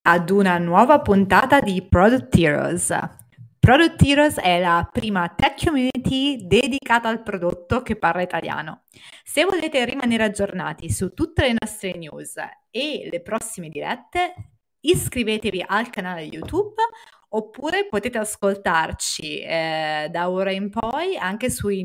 ad una nuova puntata di Product Heroes. Product Heroes è la prima tech community dedicata al prodotto che parla italiano. Se volete rimanere aggiornati su tutte le nostre news e le prossime dirette, iscrivetevi al canale YouTube oppure potete ascoltarci da ora in poi anche sul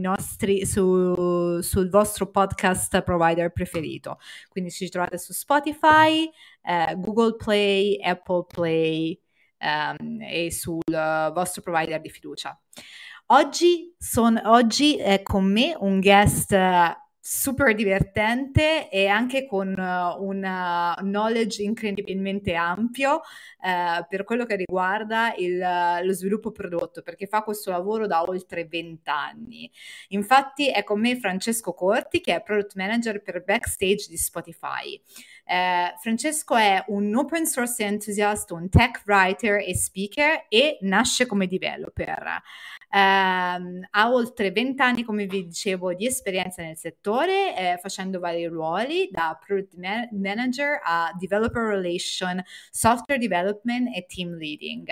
vostro podcast provider preferito. Quindi ci trovate su Spotify, Google Play, Apple Play e sul vostro provider di fiducia. Oggi è con me un guest super divertente e anche con un knowledge incredibilmente ampio per quello che riguarda lo sviluppo prodotto, perché fa questo lavoro da oltre 20 anni. Infatti è con me Francesco Corti, che è Product Manager per Backstage di Spotify. Francesco è un open source enthusiast, un tech writer e speaker e nasce come developer. Ha oltre 20 anni, come vi dicevo, di esperienza nel settore, facendo vari ruoli, da product manager a developer relation, software development e team leading.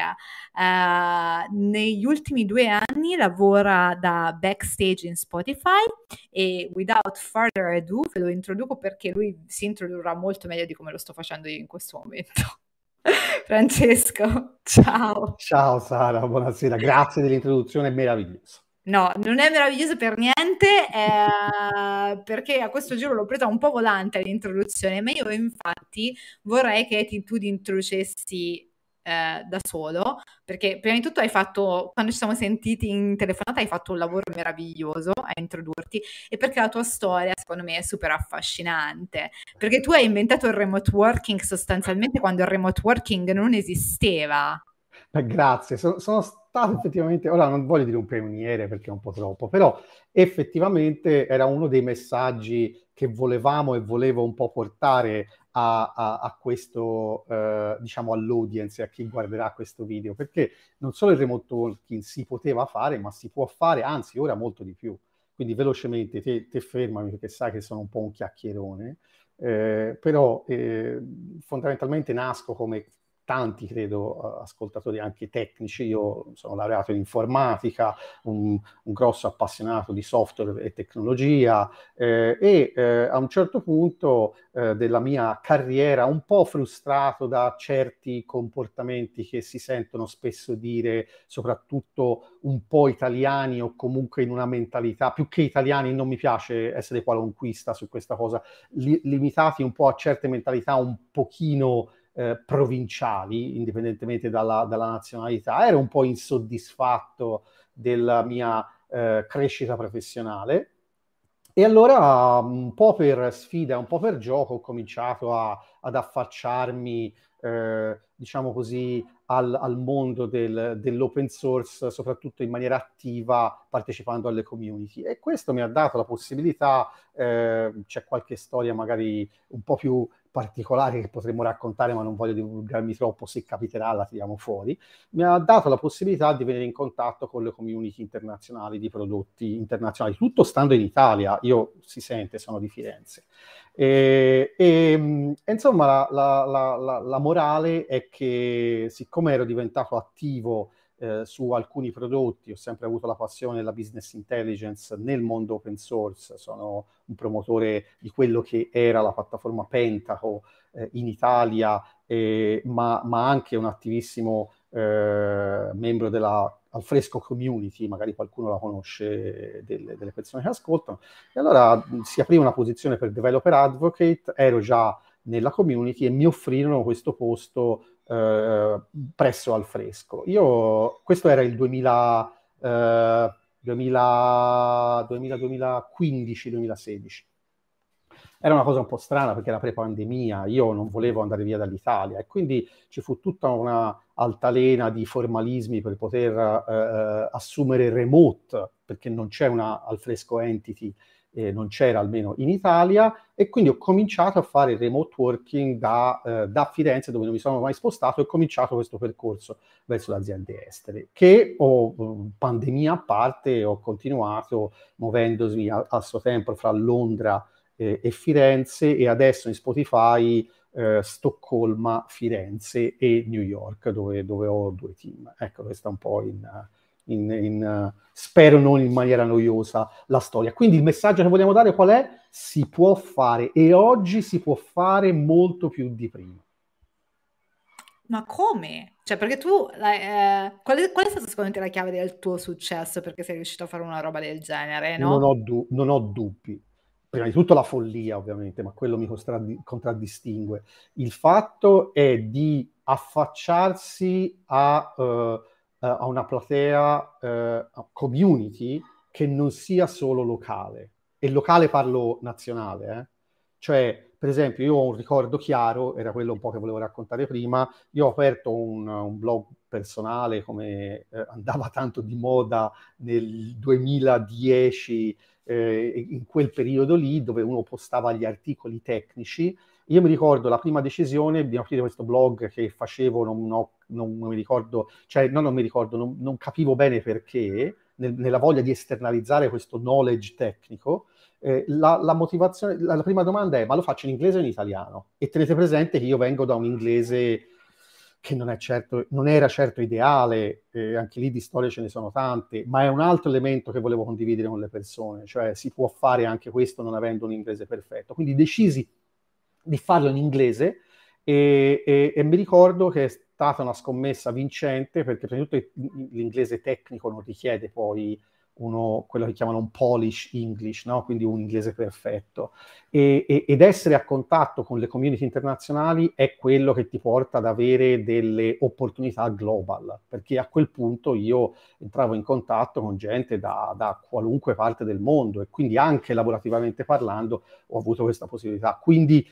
Negli ultimi 2 anni lavora da backstage in Spotify e without further ado ve lo introduco perché lui si introdurrà molto meglio di come lo sto facendo io in questo momento. Francesco, ciao. Ciao Sara, buonasera, grazie dell'introduzione meravigliosa. No, non è meraviglioso per niente, perché a questo giro l'ho presa un po' volante l'introduzione, ma io infatti vorrei che tu ti introducessi da solo, perché prima di tutto quando ci siamo sentiti in telefonata, hai fatto un lavoro meraviglioso a introdurti, e perché la tua storia secondo me è super affascinante, perché tu hai inventato il remote working sostanzialmente quando il remote working non esisteva. Grazie, sono stato effettivamente, ora non voglio dire un pioniere perché è un po' troppo, però effettivamente era uno dei messaggi che volevamo e volevo un po' portare a questo, diciamo, all'audience e a chi guarderà questo video, perché non solo il remote working si poteva fare, ma si può fare, anzi ora molto di più. Quindi velocemente te fermami perché sai che sono un po' un chiacchierone, però fondamentalmente nasco come tanti, credo, ascoltatori anche tecnici. Io sono laureato in informatica, un grosso appassionato di software e tecnologia a un certo punto della mia carriera, un po' frustrato da certi comportamenti che si sentono spesso dire, soprattutto un po' italiani o comunque in una mentalità, più che italiani, non mi piace essere qualunquista su questa cosa, limitati un po' a certe mentalità un pochino provinciali, indipendentemente dalla nazionalità. Ero un po' insoddisfatto della mia crescita professionale e allora un po' per sfida, un po' per gioco ho cominciato ad affacciarmi, diciamo così, al mondo dell'open source, soprattutto in maniera attiva, partecipando alle community. E questo mi ha dato la possibilità, c'è qualche storia magari un po' più particolare che potremmo raccontare, ma non voglio divulgarmi troppo, se capiterà la tiriamo fuori, mi ha dato la possibilità di venire in contatto con le community internazionali di prodotti internazionali, tutto stando in Italia. Io, si sente, sono di Firenze. Insomma, la morale è che, siccome ero diventato attivo su alcuni prodotti, ho sempre avuto la passione della business intelligence nel mondo open source, sono un promotore di quello che era la piattaforma Pentaho in Italia, ma anche un attivissimo membro della Alfresco Community, magari qualcuno la conosce delle persone che ascoltano. E allora si aprì una posizione per developer advocate, ero già nella community e mi offrirono questo posto presso Alfresco. Questo era il 2015-2016. Era una cosa un po' strana perché era pre-pandemia, io non volevo andare via dall'Italia e quindi ci fu tutta una altalena di formalismi per poter assumere remote, perché non c'è una Alfresco entity, non c'era almeno in Italia, e quindi ho cominciato a fare il remote working da Firenze, dove non mi sono mai spostato, e ho cominciato questo percorso verso le aziende estere, che pandemia a parte, ho continuato muovendosi a suo tempo fra Londra e Firenze, e adesso in Spotify Stoccolma, Firenze e New York, dove ho 2 team. Ecco, questa è un po' spero non in maniera noiosa la storia. Quindi il messaggio che vogliamo dare qual è? Si può fare, e oggi si può fare molto più di prima. Ma come? Cioè, perché tu, qual è stata secondo te la chiave del tuo successo perché sei riuscito a fare una roba del genere, Non no? ho, non ho dubbi. Prima di tutto la follia, ovviamente, ma quello mi contraddistingue. Il fatto è di affacciarsi a una platea, a community che non sia solo locale. E locale parlo nazionale, eh. Cioè, per esempio, io ho un ricordo chiaro, era quello un po' che volevo raccontare prima, io ho aperto un blog personale, come andava tanto di moda nel 2010, in quel periodo lì, dove uno postava gli articoli tecnici. Io mi ricordo la prima decisione di aprire questo blog che facevo, non mi ricordo, cioè no, non mi ricordo, non capivo bene perché, nella voglia di esternalizzare questo knowledge tecnico. La motivazione, la prima domanda è: ma lo faccio in inglese o in italiano? E tenete presente che io vengo da un inglese che non era certo ideale, anche lì di storie ce ne sono tante, ma è un altro elemento che volevo condividere con le persone, cioè si può fare anche questo non avendo un inglese perfetto. Quindi decisi di farlo in inglese, e mi ricordo che è stata una scommessa vincente, perché prima di tutto l'inglese tecnico non richiede poi quello che chiamano un Polish English, no? Quindi un inglese perfetto. Ed essere a contatto con le community internazionali è quello che ti porta ad avere delle opportunità global, perché a quel punto io entravo in contatto con gente da qualunque parte del mondo, e quindi anche lavorativamente parlando ho avuto questa possibilità. Quindi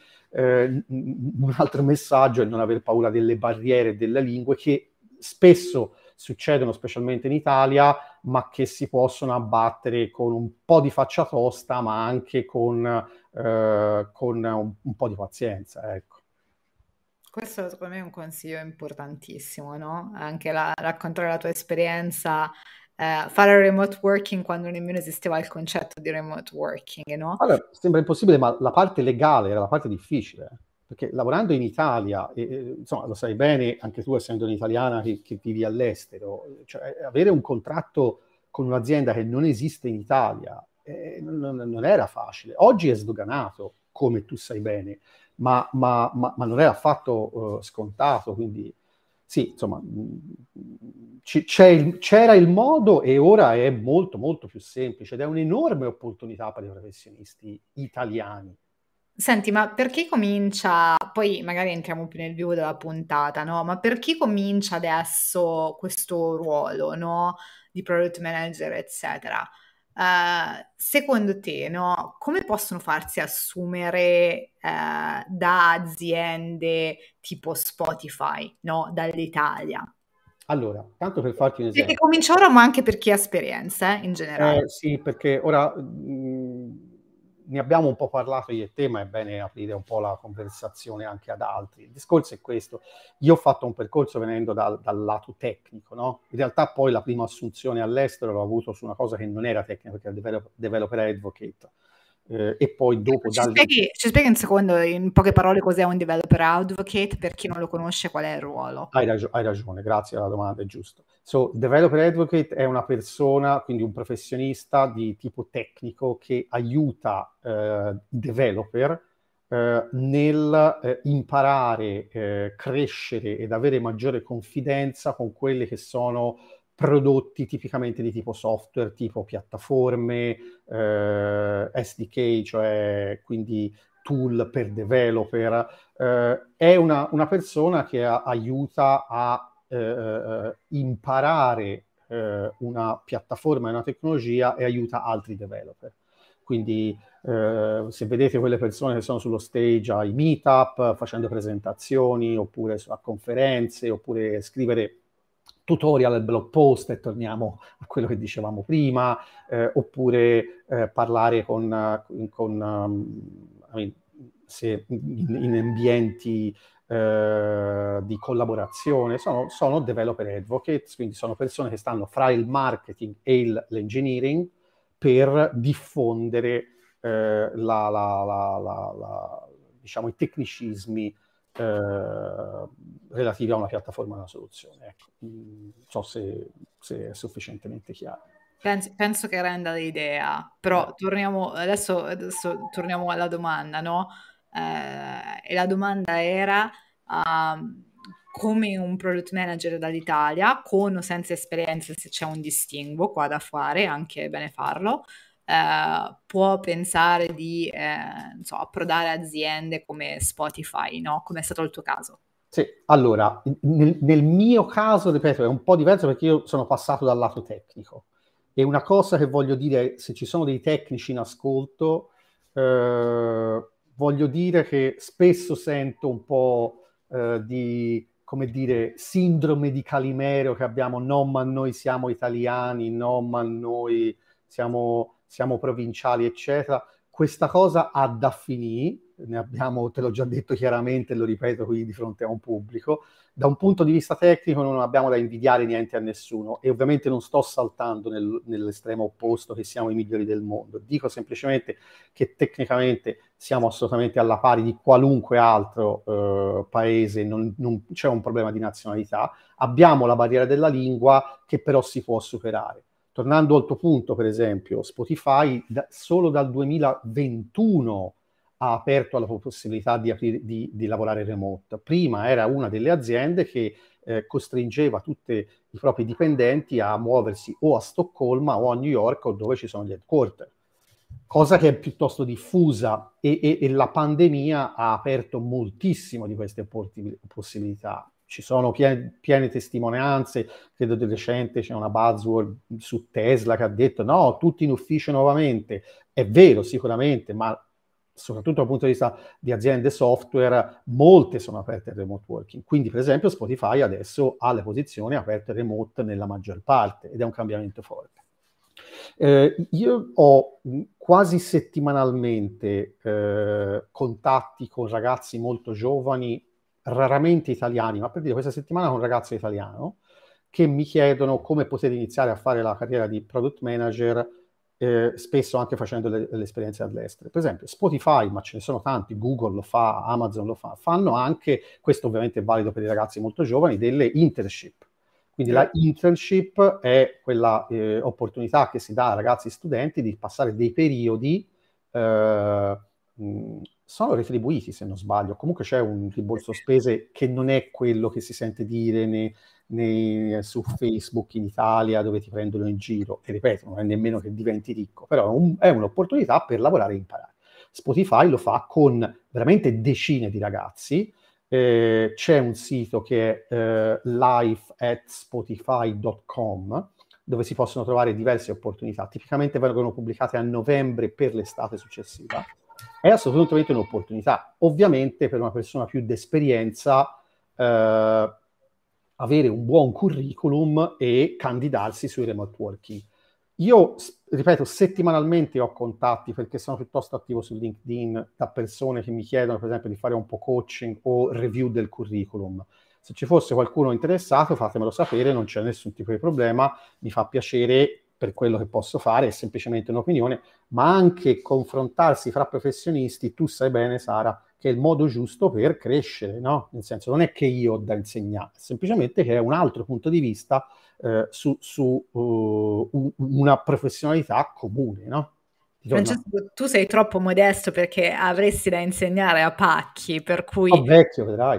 un altro messaggio è non aver paura delle barriere e delle lingue, che spesso succedono specialmente in Italia, ma che si possono abbattere con un po' di faccia tosta, ma anche con un po' di pazienza, ecco. Questo secondo me è un consiglio importantissimo, no? Anche raccontare la tua esperienza, fare remote working quando nemmeno esisteva il concetto di remote working, no? Allora, sembra impossibile, ma la parte legale era la parte difficile, perché lavorando in Italia, insomma, lo sai bene, anche tu essendo un'italiana che vivi all'estero, cioè avere un contratto con un'azienda che non esiste in Italia non era facile. Oggi è sdoganato, come tu sai bene, ma non era affatto scontato, quindi sì, insomma, c'era il modo, e ora è molto molto più semplice, ed è un'enorme opportunità per i professionisti italiani. Senti, ma per chi comincia, poi magari entriamo più nel vivo della puntata, no? Ma per chi comincia adesso questo ruolo, no? Di product manager, eccetera, secondo te, no? Come possono farsi assumere da aziende tipo Spotify, no? Dall'Italia? Allora, tanto per farti un Perché esempio. comincia ora, ma anche per chi ha esperienza, in generale. Sì, perché ora ne abbiamo un po' parlato io e te, ma è bene aprire un po' la conversazione anche ad altri. Il discorso è questo: io ho fatto un percorso venendo dal lato tecnico, no? In realtà poi la prima assunzione all'estero l'ho avuto su una cosa che non era tecnica, perché era developer advocate. E poi dopo Ci spieghi un secondo, in poche parole, cos'è un developer advocate, per chi non lo conosce, qual è il ruolo? Hai ragione, grazie alla domanda, è giusto. So, developer advocate è una persona, quindi un professionista di tipo tecnico, che aiuta i developer nel imparare, crescere ed avere maggiore confidenza con quelli che sono prodotti tipicamente di tipo software, tipo piattaforme, SDK, cioè quindi tool per developer. È una persona che aiuta a imparare una piattaforma e una tecnologia, e aiuta altri developer. Quindi se vedete quelle persone che sono sullo stage ai meetup, facendo presentazioni, oppure a conferenze, oppure scrivere tutorial, blog post, e torniamo a quello che dicevamo prima, oppure parlare se in ambienti di collaborazione, sono developer advocates, quindi sono persone che stanno fra il marketing e l'engineering, per diffondere diciamo, i tecnicismi relativi a una piattaforma e una soluzione. Ecco. Non so se è sufficientemente chiaro. Penso che renda l'idea, però adesso torniamo alla domanda, no? E la domanda era come un product manager dall'Italia, con o senza esperienza, se c'è un distinguo qua da fare, anche è bene farlo, può pensare di non so, approdare aziende come Spotify, no? Come è stato il tuo caso? Sì, allora, nel mio caso, ripeto, è un po' diverso perché io sono passato dal lato tecnico. E una cosa che voglio dire, se ci sono dei tecnici in ascolto, voglio dire che spesso sento un po' di, come dire, sindrome di Calimero che abbiamo, no, ma noi siamo italiani, no, ma noi siamo provinciali, eccetera. Questa cosa ha da finire, ne abbiamo, te l'ho già detto chiaramente, lo ripeto qui di fronte a un pubblico. Da un punto di vista tecnico non abbiamo da invidiare niente a nessuno e ovviamente non sto saltando nell'estremo opposto che siamo i migliori del mondo. Dico semplicemente che tecnicamente siamo assolutamente alla pari di qualunque altro paese, non c'è un problema di nazionalità. Abbiamo la barriera della lingua che però si può superare. Tornando al tuo punto, per esempio, Spotify solo dal 2021 ha aperto la possibilità di lavorare remote. Prima era una delle aziende che costringeva tutti i propri dipendenti a muoversi o a Stoccolma o a New York o dove ci sono gli headquarter, cosa che è piuttosto diffusa e la pandemia ha aperto moltissimo di queste possibilità. Ci sono piene testimonianze, credo di recente c'è una buzzword su Tesla che ha detto no, tutti in ufficio nuovamente. È vero sicuramente, ma soprattutto dal punto di vista di aziende software, molte sono aperte al remote working. Quindi, per esempio, Spotify adesso ha le posizioni aperte remote nella maggior parte ed è un cambiamento forte. Io ho quasi settimanalmente contatti con ragazzi molto giovani, raramente italiani, ma per dire questa settimana con un ragazzo italiano che mi chiedono come poter iniziare a fare la carriera di product manager, spesso anche facendo le esperienze all'estero. Per esempio Spotify, ma ce ne sono tanti, Google lo fa, Amazon lo fa, fanno anche, questo ovviamente è valido per i ragazzi molto giovani, delle internship. Quindi la internship è quella opportunità che si dà a ragazzi studenti di passare dei periodi, sono retribuiti se non sbaglio, comunque c'è un rimborso spese che non è quello che si sente dire su Facebook in Italia dove ti prendono in giro, e ripeto, non è nemmeno che diventi ricco, però è un'opportunità per lavorare e imparare. Spotify lo fa con veramente decine di ragazzi. C'è un sito che è life@spotify.com dove si possono trovare diverse opportunità. Tipicamente vengono pubblicate a novembre per l'estate successiva. È assolutamente un'opportunità. Ovviamente per una persona più d'esperienza avere un buon curriculum e candidarsi sui remote working. Io, ripeto, settimanalmente ho contatti perché sono piuttosto attivo su LinkedIn da persone che mi chiedono, per esempio, di fare un po' coaching o review del curriculum. Se ci fosse qualcuno interessato, fatemelo sapere, non c'è nessun tipo di problema, mi fa piacere per quello che posso fare, è semplicemente un'opinione, ma anche confrontarsi fra professionisti, tu sai bene, Sara, che è il modo giusto per crescere, no? Nel senso, non è che io ho da insegnare, semplicemente che è un altro punto di vista su una professionalità comune, no? Francesco, tu sei troppo modesto perché avresti da insegnare a pacchi, per cui vecchio, vedrai.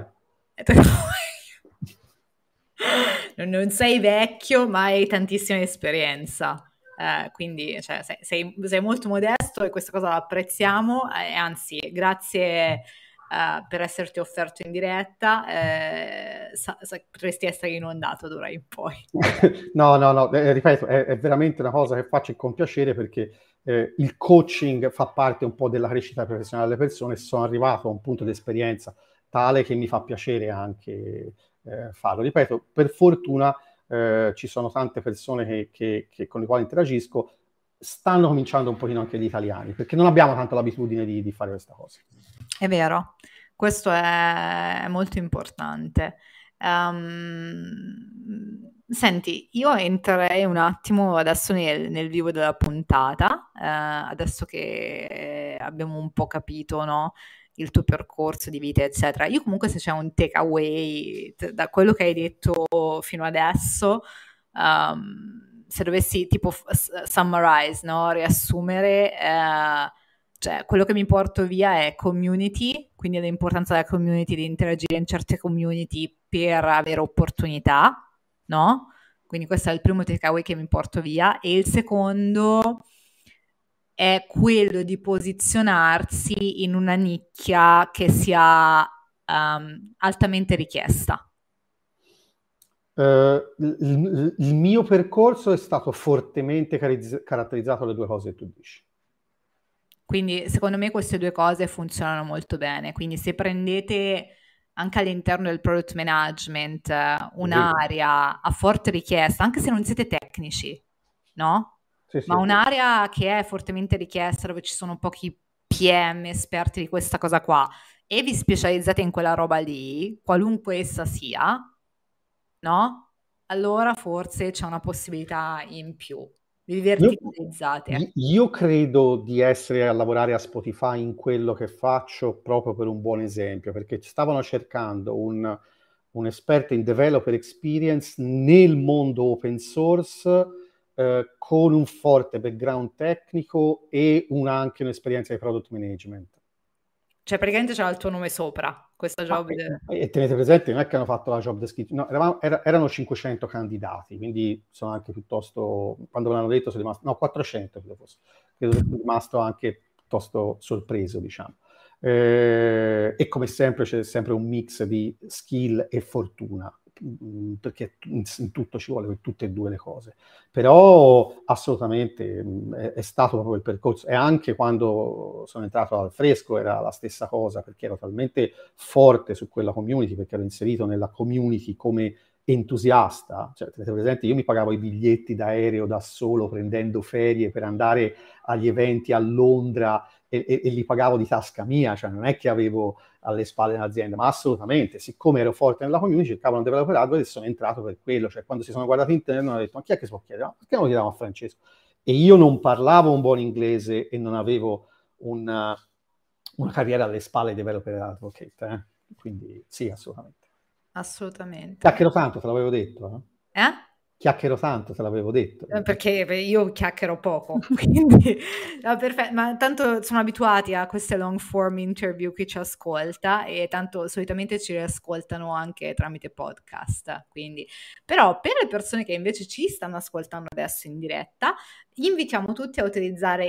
Non sei vecchio, ma hai tantissima esperienza. Quindi cioè, sei molto modesto e questa cosa la apprezziamo. Anzi, grazie per esserti offerto in diretta. Potresti essere inondato d'ora in poi. No, ripeto, è veramente una cosa che faccio con piacere perché il coaching fa parte un po' della crescita professionale delle persone. Sono arrivato a un punto di esperienza tale che mi fa piacere anche farlo. Ripeto, per fortuna ci sono tante persone con le quali interagisco, stanno cominciando un pochino anche gli italiani, perché non abbiamo tanto l'abitudine di fare questa cosa. È vero, questo è molto importante. Senti, io entrerei un attimo adesso nel vivo della puntata, adesso che abbiamo un po' capito, no? il tuo percorso di vita, eccetera. Io comunque se c'è un takeaway da quello che hai detto fino adesso, se dovessi tipo summarize, no? Riassumere, cioè quello che mi porto via è community, quindi l'importanza della community, di interagire in certe community per avere opportunità, no? Quindi questo è il primo takeaway che mi porto via. E il secondo è quello di posizionarsi in una nicchia che sia altamente richiesta. Il mio percorso è stato fortemente caratterizzato dalle due cose che tu dici. Quindi secondo me queste due cose funzionano molto bene. Quindi se prendete anche all'interno del product management un'area a forte richiesta, anche se non siete tecnici, no? Sì, Ma sì. un'area che è fortemente richiesta, dove ci sono pochi PM esperti di questa cosa qua, e vi specializzate in quella roba lì, qualunque essa sia, no? Allora forse c'è una possibilità in più. Vi verticalizzate. Io credo di essere a lavorare a Spotify in quello che faccio proprio per un buon esempio, perché stavano cercando un esperto in developer experience nel mondo open source, con un forte background tecnico e anche un'esperienza di product management. Cioè, praticamente c'era il tuo nome sopra, questa job. E tenete presente, non è che hanno fatto la job description, no, erano 500 candidati, quindi sono anche piuttosto, quando me l'hanno detto sono rimasto, no, 400 credo fosse, credo sono rimasto anche piuttosto sorpreso, diciamo. E come sempre c'è sempre un mix di skill e fortuna, perché in tutto ci vuole, per tutte e due le cose. Però assolutamente è stato proprio il percorso, e anche quando sono entrato al Fresco era la stessa cosa, perché ero talmente forte su quella community, perché ero inserito nella community come entusiasta, cioè tenete presente, io mi pagavo i biglietti d'aereo da solo, prendendo ferie per andare agli eventi a Londra e li pagavo di tasca mia, cioè non è che avevo alle spalle un'azienda, ma assolutamente, siccome ero forte nella community, cercavo un developer hardware e sono entrato per quello, cioè quando si sono guardati interno hanno detto, ma chi è che si può chiedere? Ma perché non lo chiediamo a Francesco? E io non parlavo un buon inglese e non avevo una carriera alle spalle di developer advocate, quindi sì, assolutamente. Assolutamente. Chiacchiero tanto, te l'avevo detto, Eh? Chiacchiero tanto, te l'avevo detto. Perché io chiacchiero poco, quindi no, perfetto, ma tanto sono abituati a queste long form interview chi ci ascolta e tanto solitamente ci ascoltano anche tramite podcast, quindi però per le persone che invece ci stanno ascoltando adesso in diretta, invitiamo tutti a utilizzare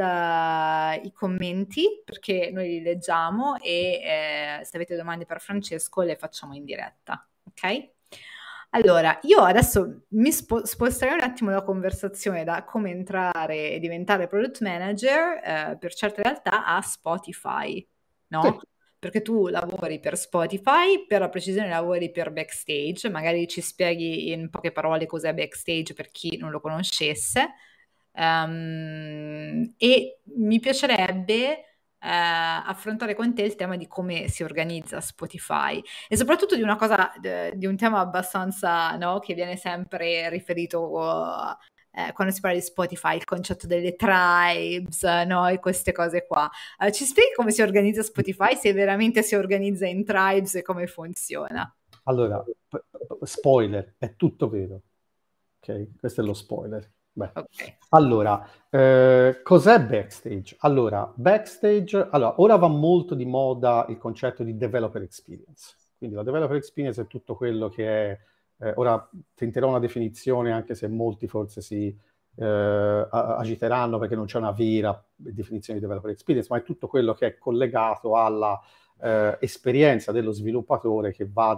i commenti perché noi li leggiamo e se avete domande per Francesco le facciamo in diretta, ok? Allora, io adesso mi sposterei un attimo la conversazione da come entrare e diventare product manager per certe realtà a Spotify, no? Sì. Perché tu lavori per Spotify, per la precisione lavori per Backstage, magari ci spieghi in poche parole cos'è Backstage per chi non lo conoscesse. E mi piacerebbe affrontare con te il tema di come si organizza Spotify e soprattutto di una cosa, di un tema abbastanza, no, che viene sempre riferito quando si parla di Spotify, il concetto delle tribes, no, e queste cose qua. Ci spieghi come si organizza Spotify, se veramente si organizza in tribes e come funziona? Allora, spoiler, è tutto vero. Ok, questo è lo spoiler. Beh. Ok. Allora, cos'è Backstage? Allora, ora va molto di moda il concetto di developer experience. Quindi la developer experience è tutto quello che è, ora tenterò una definizione, anche se molti forse si agiteranno perché non c'è una vera definizione di developer experience, ma è tutto quello che è collegato alla esperienza dello sviluppatore che va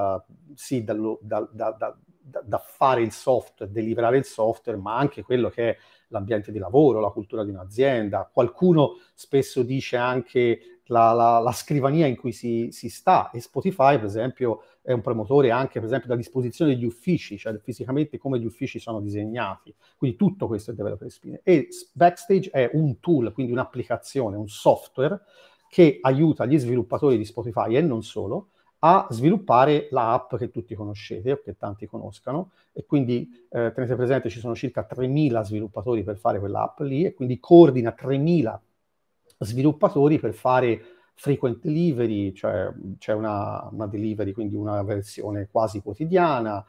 da fare il software, deliberare il software, ma anche quello che è l'ambiente di lavoro, la cultura di un'azienda. Qualcuno spesso dice anche la scrivania in cui si sta, e Spotify, per esempio, è un promotore anche, per esempio, della disposizione degli uffici, cioè fisicamente come gli uffici sono disegnati. Quindi tutto questo è developer experience. E Backstage è un tool, quindi un'applicazione, un software che aiuta gli sviluppatori di Spotify e non solo a sviluppare l'app che tutti conoscete o che tanti conoscano, e quindi tenete presente ci sono circa 3.000 sviluppatori per fare quell'app lì, e quindi coordina 3.000 sviluppatori per fare frequent delivery, cioè c'è una delivery, quindi una versione quasi quotidiana,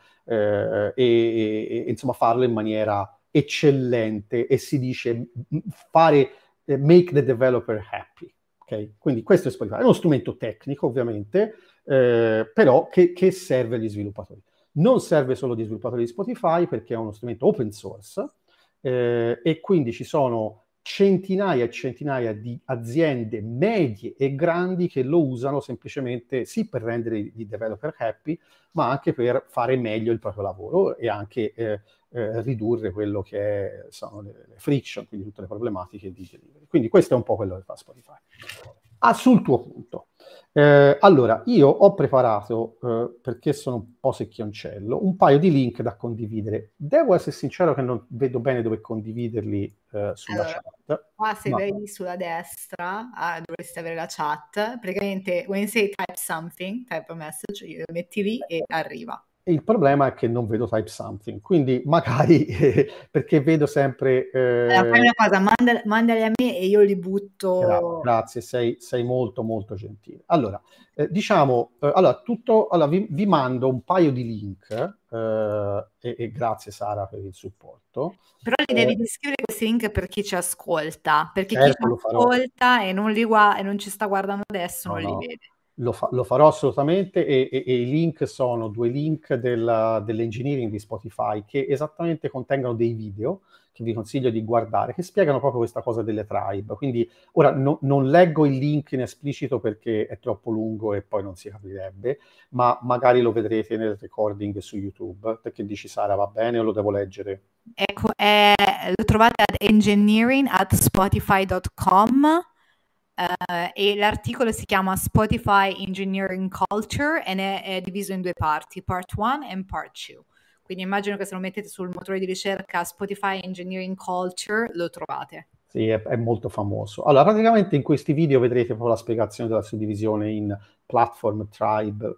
e insomma farlo in maniera eccellente, e si dice fare make the developer happy. Okay? Quindi questo è Spotify, è uno strumento tecnico ovviamente, però che serve agli sviluppatori. Non serve solo agli sviluppatori di Spotify, perché è uno strumento open source, e quindi ci sono centinaia e centinaia di aziende medie e grandi che lo usano semplicemente sì per rendere i developer happy, ma anche per fare meglio il proprio lavoro e anche ridurre quello che sono le friction, quindi tutte le problematiche di delivery. Quindi questo è un po' quello che fa Spotify. Sul tuo punto. Allora, io ho preparato, perché sono un po' secchioncello, un paio di link da condividere. Devo essere sincero che non vedo bene dove condividerli sulla Allora, chat. qua se Ma vedi sulla destra, dovresti avere la chat. Praticamente, when you say type something, type a message, lo metti lì e arriva. il problema è che non vedo type something, quindi magari perché vedo sempre... Allora, fai una cosa, mandali a me e io li butto. Grazie, sei molto molto gentile. Allora, diciamo, allora, vi mando un paio di link, e grazie Sara per il supporto. Però li devi descrivere questi link per chi ci ascolta, perché chi ci Certo, lo farò. ascolta e non e non ci sta guardando adesso non li No, vede. lo farò assolutamente, e i link sono due link dell'engineering di Spotify, che esattamente contengono dei video che vi consiglio di guardare, che spiegano proprio questa cosa delle tribe. Quindi ora non leggo il link in esplicito perché è troppo lungo e poi non si capirebbe, ma magari lo vedrete nel recording su YouTube. Perché dici, Sara, va bene o lo devo leggere? Ecco, lo trovate ad engineering@spotify.com. E l'articolo si chiama Spotify Engineering Culture ed è diviso in due parti, part 1 e part 2. Quindi immagino che se lo mettete sul motore di ricerca Spotify Engineering Culture lo trovate. Sì, è molto famoso. Allora, praticamente in questi video vedrete proprio la spiegazione della suddivisione in platform, tribe,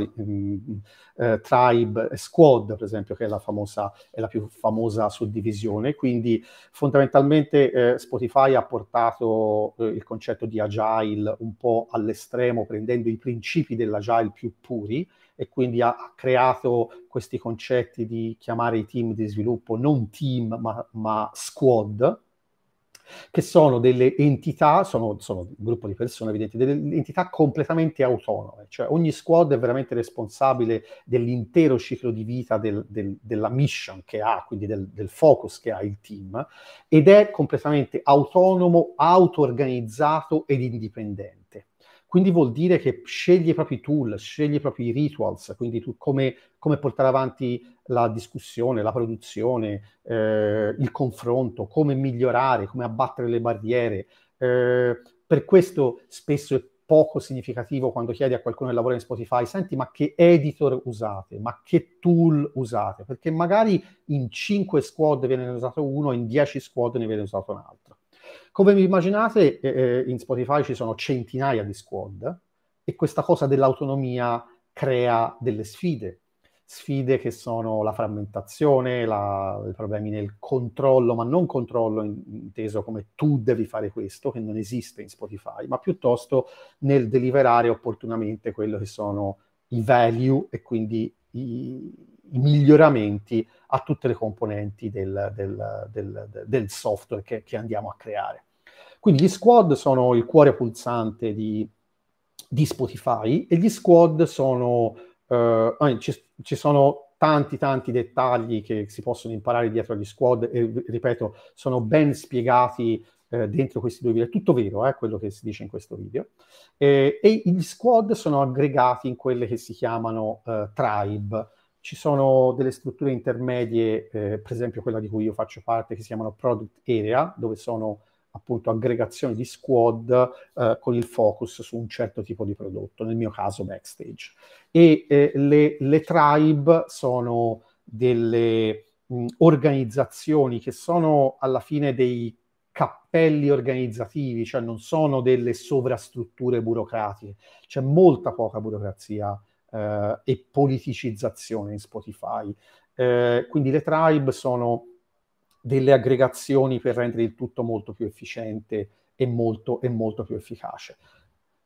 tribe e squad, per esempio, che è la più famosa suddivisione. Quindi fondamentalmente Spotify ha portato il concetto di agile un po' all'estremo, prendendo i principi dell'agile più puri, e quindi ha creato questi concetti di chiamare i team di sviluppo non team, ma squad, che sono delle entità, sono un gruppo di persone, evidenti, delle entità completamente autonome. Cioè ogni squad è veramente responsabile dell'intero ciclo di vita della mission che ha, quindi del focus che ha il team, ed è completamente autonomo, auto-organizzato ed indipendente. Quindi vuol dire che sceglie i propri tool, sceglie i propri rituals, quindi tu come portare avanti la discussione, la produzione, il confronto, come migliorare, come abbattere le barriere. Per questo spesso è poco significativo quando chiedi a qualcuno che lavora in Spotify: senti, ma che editor usate? Ma che tool usate? Perché magari in 5 squad viene usato uno, in 10 squad ne viene usato un altro. Come vi immaginate, in Spotify ci sono centinaia di squad, e questa cosa dell'autonomia crea delle sfide che sono la frammentazione, i problemi nel controllo, ma non controllo inteso come tu devi fare questo, che non esiste in Spotify, ma piuttosto nel deliberare opportunamente quello che sono i value, e quindi i miglioramenti a tutte le componenti del software che andiamo a creare. Quindi gli squad sono il cuore pulsante di Spotify, e gli squad sono... ci sono tanti dettagli che si possono imparare dietro agli squad, e ripeto, sono ben spiegati dentro questi due video. È tutto vero, quello che si dice in questo video. E gli squad sono aggregati in quelle che si chiamano tribe. Ci sono delle strutture intermedie, per esempio quella di cui io faccio parte, che si chiamano product area, dove sono appunto aggregazioni di squad con il focus su un certo tipo di prodotto, nel mio caso Backstage. E le tribe sono delle organizzazioni che sono alla fine dei cappelli organizzativi, cioè non sono delle sovrastrutture burocratiche. C'è molta poca burocrazia e politicizzazione in Spotify. Quindi le tribe sono delle aggregazioni per rendere il tutto molto più efficiente e molto più efficace.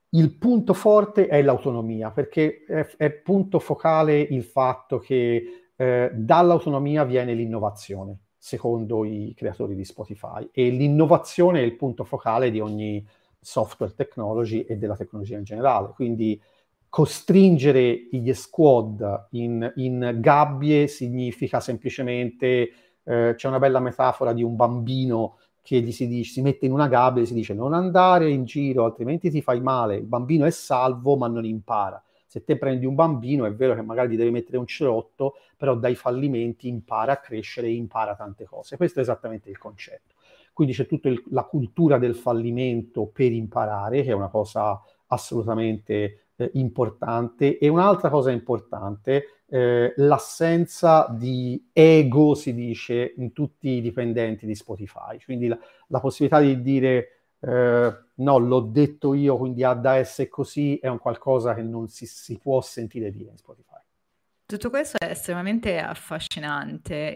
Il punto forte è l'autonomia, perché è punto focale il fatto che dall'autonomia viene l'innovazione, secondo i creatori di Spotify, e l'innovazione è il punto focale di ogni software technology e della tecnologia in generale. Quindi costringere gli squad in gabbie significa semplicemente, c'è una bella metafora di un bambino che gli si dice, si mette in una gabbia e si dice non andare in giro, altrimenti ti fai male. Il bambino è salvo, ma non impara. Se te prendi un bambino, è vero che magari gli devi mettere un cerotto, però dai fallimenti impara a crescere e impara tante cose. Questo è esattamente il concetto. Quindi c'è tutta la cultura del fallimento per imparare, che è una cosa assolutamente importante. E un'altra cosa importante, l'assenza di ego, si dice, in tutti i dipendenti di Spotify. Quindi la possibilità di dire no, l'ho detto io, quindi ha da essere così, è un qualcosa che non si può sentire dire in Spotify. Tutto questo è estremamente affascinante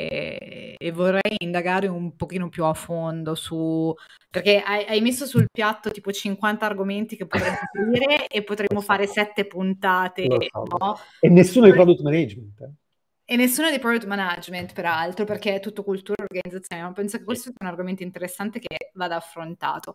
e vorrei indagare un pochino più a fondo su, perché hai messo sul piatto tipo 50 argomenti che potremmo aprire e potremmo fare 7 puntate, Lo so, lo so. no? E nessuno di product management. E nessuno di product management, peraltro, perché è tutto cultura e organizzazione, ma penso che questo sia un argomento interessante che vada affrontato.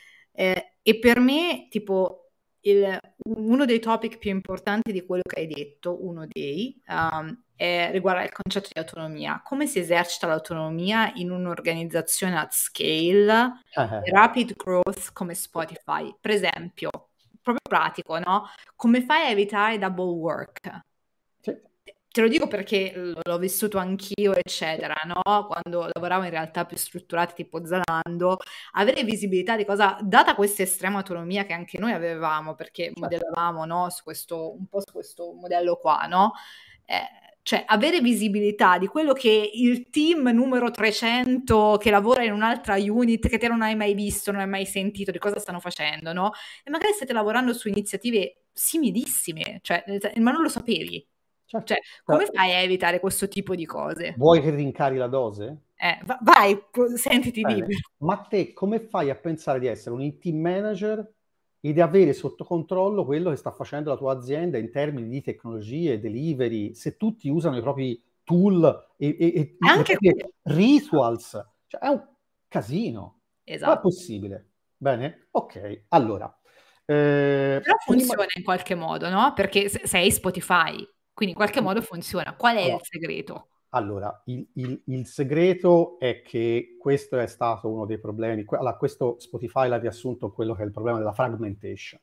E per me, tipo, uno dei topic più importanti di quello che hai detto, riguarda il concetto di autonomia. Come si esercita l'autonomia in un'organizzazione at scale, rapid growth come Spotify? Per esempio, proprio pratico, no? Come fai a evitare double work? Sì. Te lo dico perché l'ho vissuto anch'io, eccetera, no? Quando lavoravo in realtà più strutturate tipo Zalando, avere visibilità di cosa, data questa estrema autonomia che anche noi avevamo, perché modellavamo, no, un po' su questo modello qua, no? Cioè, avere visibilità di quello che il team numero 300 che lavora in un'altra unit che te non hai mai visto, non hai mai sentito di cosa stanno facendo, no? E magari state lavorando su iniziative similissime, cioè, ma non lo sapevi. Cioè, come fai a evitare questo tipo di cose? Vuoi che rincari la dose? Vai, sentiti Bene. libero. Ma te come fai a pensare di essere un team manager e di avere sotto controllo quello che sta facendo la tua azienda in termini di tecnologie, delivery, se tutti usano i propri tool e Anche rituals? Cioè, è un casino. esatto. Com'è possibile? Bene? Ok, allora. Però funziona in qualche modo, no? Perché sei Spotify, quindi in qualche modo funziona. Qual è il segreto? Allora, il segreto è che questo è stato uno dei problemi. Allora, questo Spotify l'ha riassunto quello che è il problema della fragmentation.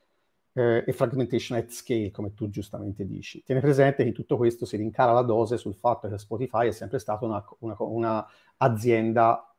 E fragmentation at scale, come tu giustamente dici. Tieni presente che in tutto questo si rincara la dose sul fatto che Spotify è sempre stata una azienda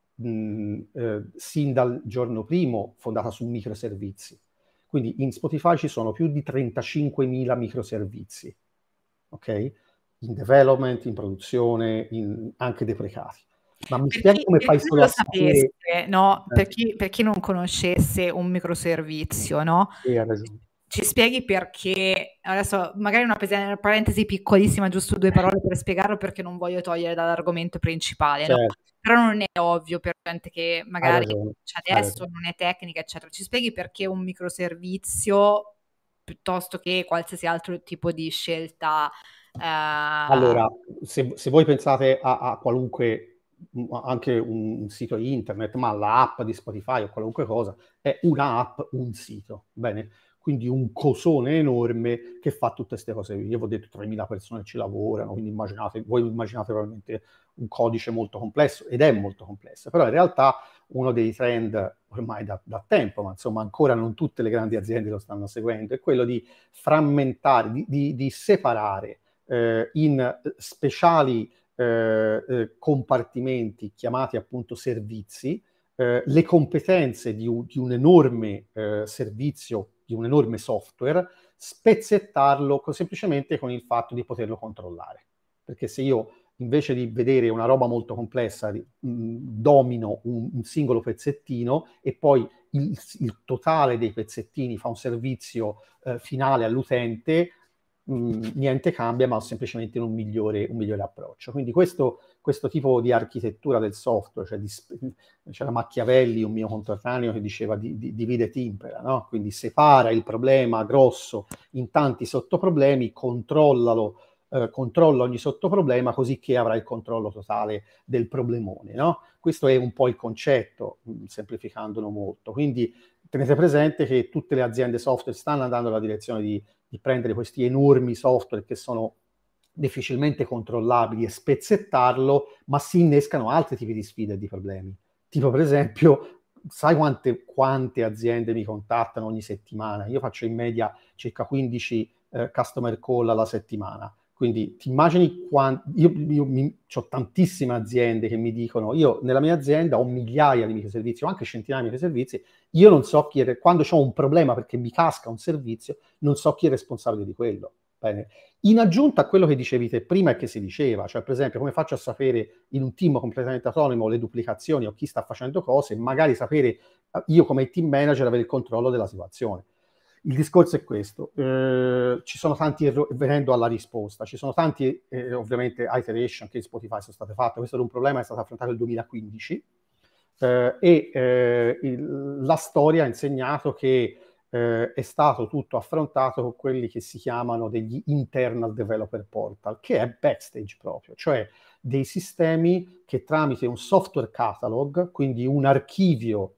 sin dal giorno primo fondata su microservizi. Quindi in Spotify ci sono più di 35.000 microservizi, ok? In development, in produzione, anche deprecati. Ma mi spieghi come fai solo a sapere? No? Per chi non conoscesse un microservizio, no? Sì, hai ragione. Ci spieghi perché, adesso magari una parentesi piccolissima, giusto 2 parole per spiegarlo perché non voglio togliere dall'argomento principale, no? Certo. Però non è ovvio per gente che magari adesso ragione. non è tecnica, eccetera. Ci spieghi perché un microservizio piuttosto che qualsiasi altro tipo di scelta. Allora, se voi pensate a qualunque, anche un sito internet, ma l'app di Spotify o qualunque cosa, è una app, un sito, bene? Quindi un cosone enorme che fa tutte queste cose. Io vi ho detto 3.000 persone ci lavorano, quindi voi immaginate probabilmente un codice molto complesso, ed è molto complesso, però in realtà uno dei trend ormai da tempo, ma insomma ancora non tutte le grandi aziende lo stanno seguendo, è quello di frammentare, di separare in speciali compartimenti chiamati appunto servizi, le competenze di un enorme servizio, di un enorme software, spezzettarlo semplicemente con il fatto di poterlo controllare. Perché se io invece di vedere una roba molto complessa, domino un singolo pezzettino e poi il totale dei pezzettini fa un servizio finale all'utente, niente cambia, ma semplicemente un migliore approccio. Quindi questo tipo di architettura del software, c'era Machiavelli, un mio conterraneo, che diceva divide et impera, no? Quindi separa il problema grosso in tanti sottoproblemi, controlla ogni sottoproblema, così che avrai il controllo totale del problemone, no? Questo è un po' il concetto, semplificandolo molto. Quindi tenete presente che tutte le aziende software stanno andando nella direzione di prendere questi enormi software che sono difficilmente controllabili e spezzettarlo, ma si innescano altri tipi di sfide e di problemi. Tipo, per esempio, sai quante aziende mi contattano ogni settimana? Io faccio in media circa 15 customer call alla settimana. Quindi ti immagini ho tantissime aziende che mi dicono: io nella mia azienda ho migliaia di microservizi o anche centinaia di microservizi, io non so chi è, quando ho un problema perché mi casca un servizio, non so chi è responsabile di quello. Bene. In aggiunta a quello che dicevi te prima e che si diceva, cioè per esempio come faccio a sapere in un team completamente autonomo le duplicazioni o chi sta facendo cose, magari sapere io come team manager avere il controllo della situazione. Il discorso è questo, ci sono tanti errori, venendo alla risposta, ci sono tanti ovviamente iteration che in Spotify sono state fatte, questo era un problema, è stato affrontato nel 2015 la storia ha insegnato che è stato tutto affrontato con quelli che si chiamano degli internal developer portal, che è backstage proprio, cioè dei sistemi che tramite un software catalog, quindi un archivio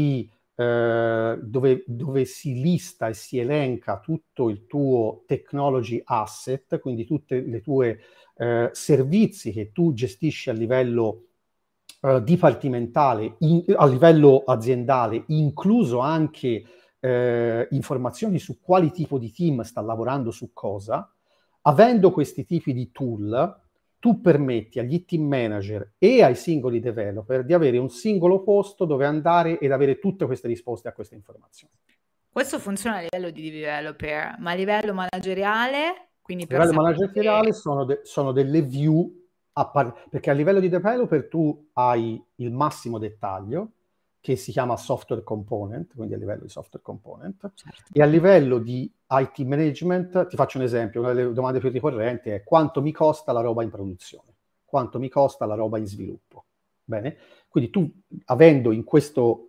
dove si lista e si elenca tutto il tuo technology asset, quindi tutte le tue servizi che tu gestisci a livello dipartimentale, a livello aziendale, incluso anche informazioni su quali tipo di team sta lavorando su cosa. Avendo questi tipi di tool, tu permetti agli team manager e ai singoli developer di avere un singolo posto dove andare ed avere tutte queste risposte a queste informazioni. Questo funziona a livello di developer, ma a livello manageriale, quindi A livello manageriale sono delle view, perché a livello di developer tu hai il massimo dettaglio, che si chiama software component, quindi a livello di software component, certo. E a livello di IT management, ti faccio un esempio, una delle domande più ricorrenti è: quanto mi costa la roba in produzione? Quanto mi costa la roba in sviluppo? Bene? Quindi tu, avendo in questo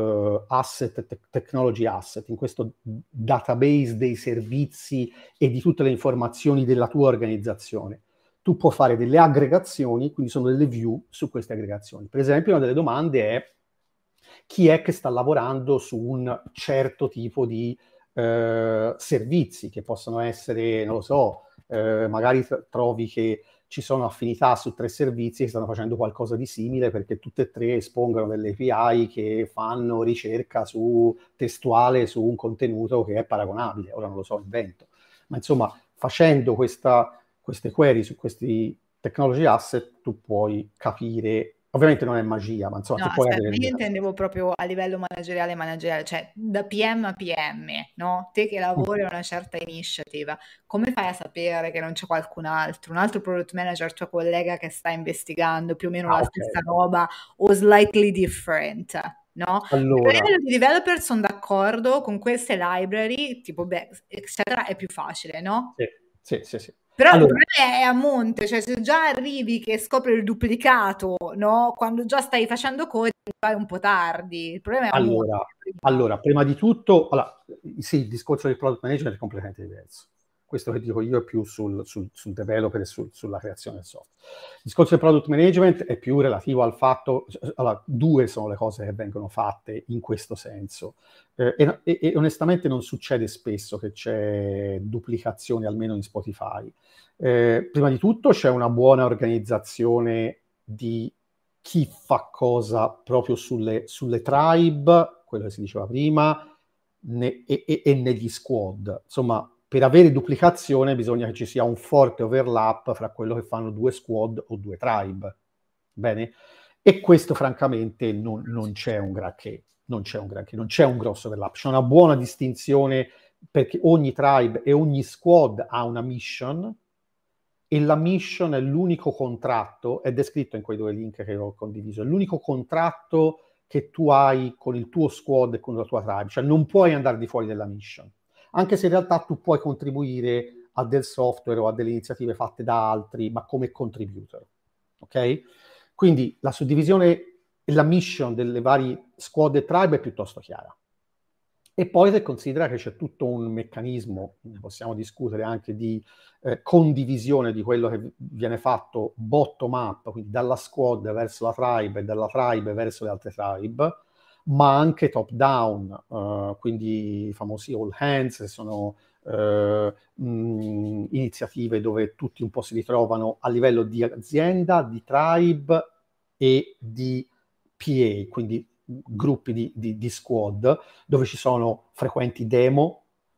technology asset, in questo database dei servizi e di tutte le informazioni della tua organizzazione, tu puoi fare delle aggregazioni, quindi sono delle view su queste aggregazioni. Per esempio, una delle domande è: chi è che sta lavorando su un certo tipo di servizi, che possono essere, non lo so, magari trovi che ci sono affinità su 3 servizi che stanno facendo qualcosa di simile, perché tutte e 3 espongono delle API che fanno ricerca testuale su un contenuto che è paragonabile. Ora non lo so, invento. Ma insomma, facendo queste query su questi technology asset, tu puoi capire. Ovviamente non è magia, ma insomma, No, tu puoi aspetta, avere io delle intendevo proprio a livello manageriale, cioè da PM a PM, no? Te che lavori a una certa iniziativa, come fai a sapere che non c'è qualcun altro, un altro product manager, tuo collega che sta investigando più o meno la stessa roba o slightly different, no? A Allora, livello di developer sono d'accordo con queste library, tipo eccetera, è più facile, no? sì. Però il Allora, problema è a monte, cioè se già arrivi che scopri il duplicato, no? Quando già stai facendo code, vai un po' tardi. Il problema è a monte. allora, prima di tutto, sì, il discorso del product management è completamente diverso. Questo che dico io è più sul developer e sulla creazione del software. Il discorso del product management è più relativo al fatto, allora, 2 sono le cose che vengono fatte in questo senso. E onestamente non succede spesso che c'è duplicazione, almeno in Spotify. Prima di tutto c'è una buona organizzazione di chi fa cosa proprio sulle tribe, quello che si diceva prima, e negli squad. Insomma, per avere duplicazione bisogna che ci sia un forte overlap fra quello che fanno 2 squad o 2 tribe. Bene? E questo francamente non c'è un granché, non c'è un grosso overlap. C'è una buona distinzione, perché ogni tribe e ogni squad ha una mission, e la mission è l'unico contratto, è descritto in quei 2 link che ho condiviso, è l'unico contratto che tu hai con il tuo squad e con la tua tribe, cioè non puoi andare di fuori della mission, anche se in realtà tu puoi contribuire a del software o a delle iniziative fatte da altri, ma come contributor. Ok? Quindi la suddivisione e la mission delle varie squad e tribe è piuttosto chiara. E poi se considera che c'è tutto un meccanismo, ne possiamo discutere anche, di condivisione di quello che viene fatto bottom up, quindi dalla squad verso la tribe e dalla tribe verso le altre tribe, ma anche top down, quindi i famosi all hands, sono iniziative dove tutti un po' si ritrovano a livello di azienda, di tribe e di PA, quindi gruppi di squad, dove ci sono frequenti demo,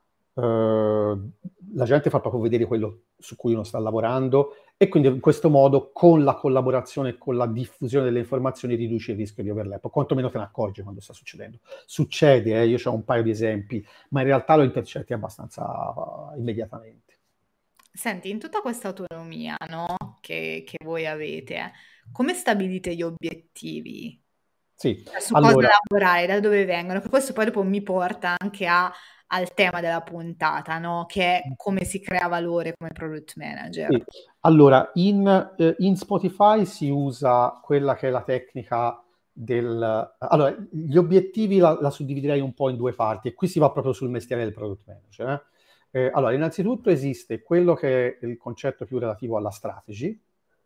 la gente fa proprio vedere quello su cui uno sta lavorando, e quindi in questo modo, con la collaborazione e con la diffusione delle informazioni, riduce il rischio di overlap, o quantomeno te ne accorgi quando sta succedendo. Succede, io ho un paio di esempi, ma in realtà lo intercetti abbastanza immediatamente. Senti, in tutta questa autonomia, no, che voi avete, come stabilite gli obiettivi? Sì, Cioè, su cosa allora, lavorare, da dove vengono? Che questo poi dopo mi porta anche al tema della puntata, no? Che è come si crea valore come product manager. sì. Allora, in Spotify si usa quella che è la tecnica del... Allora, gli obiettivi la suddividerei un po' in due parti, e qui si va proprio sul mestiere del product manager. Allora, innanzitutto esiste quello che è il concetto più relativo alla strategy,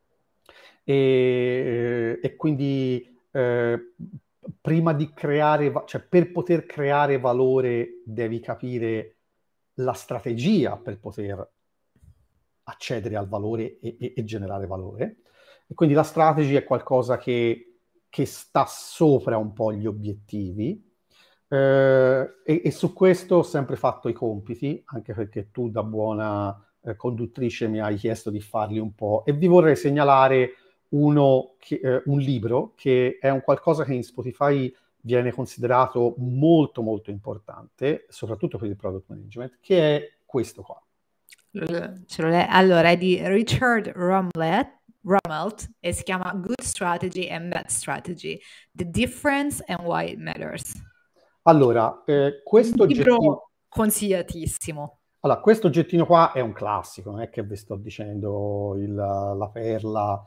e quindi prima di creare, cioè per poter creare valore devi capire la strategia per poter accedere al valore e generare valore. E quindi la strategy è qualcosa che sta sopra un po' gli obiettivi, e su questo ho sempre fatto i compiti, anche perché tu da buona conduttrice mi hai chiesto di farli un po', e vi vorrei segnalare un libro che è un qualcosa che in Spotify viene considerato molto molto importante, soprattutto per il product management, che è questo qua. Allora, è di Richard Rummelt e si chiama Good Strategy and Bad Strategy, The Difference and Why It Matters. Allora, questo Un libro oggettino... consigliatissimo. Allora, questo oggettino qua è un classico, non è che vi sto dicendo la perla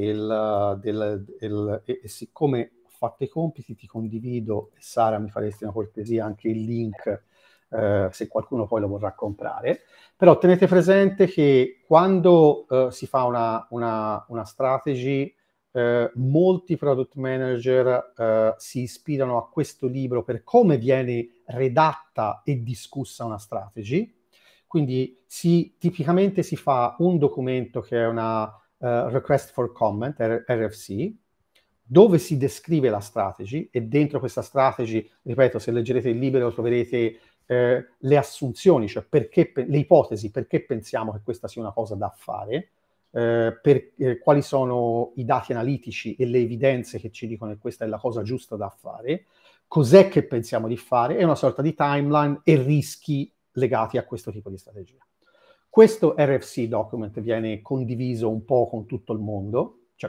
e siccome ho fatto i compiti ti condivido, e Sara mi faresti una cortesia, anche il link se qualcuno poi lo vorrà comprare. Però tenete presente che quando si fa una strategy, molti product manager si ispirano a questo libro per come viene redatta e discussa una strategy. Quindi tipicamente si fa un documento che è una request for comment, RFC, dove si descrive la strategy, e dentro questa strategy, ripeto, se leggerete il libro troverete le assunzioni, cioè le ipotesi, perché pensiamo che questa sia una cosa da fare, quali sono i dati analitici e le evidenze che ci dicono che questa è la cosa giusta da fare, cos'è che pensiamo di fare, e una sorta di timeline e rischi legati a questo tipo di strategia. Questo RFC document viene condiviso un po' con tutto il mondo, cioè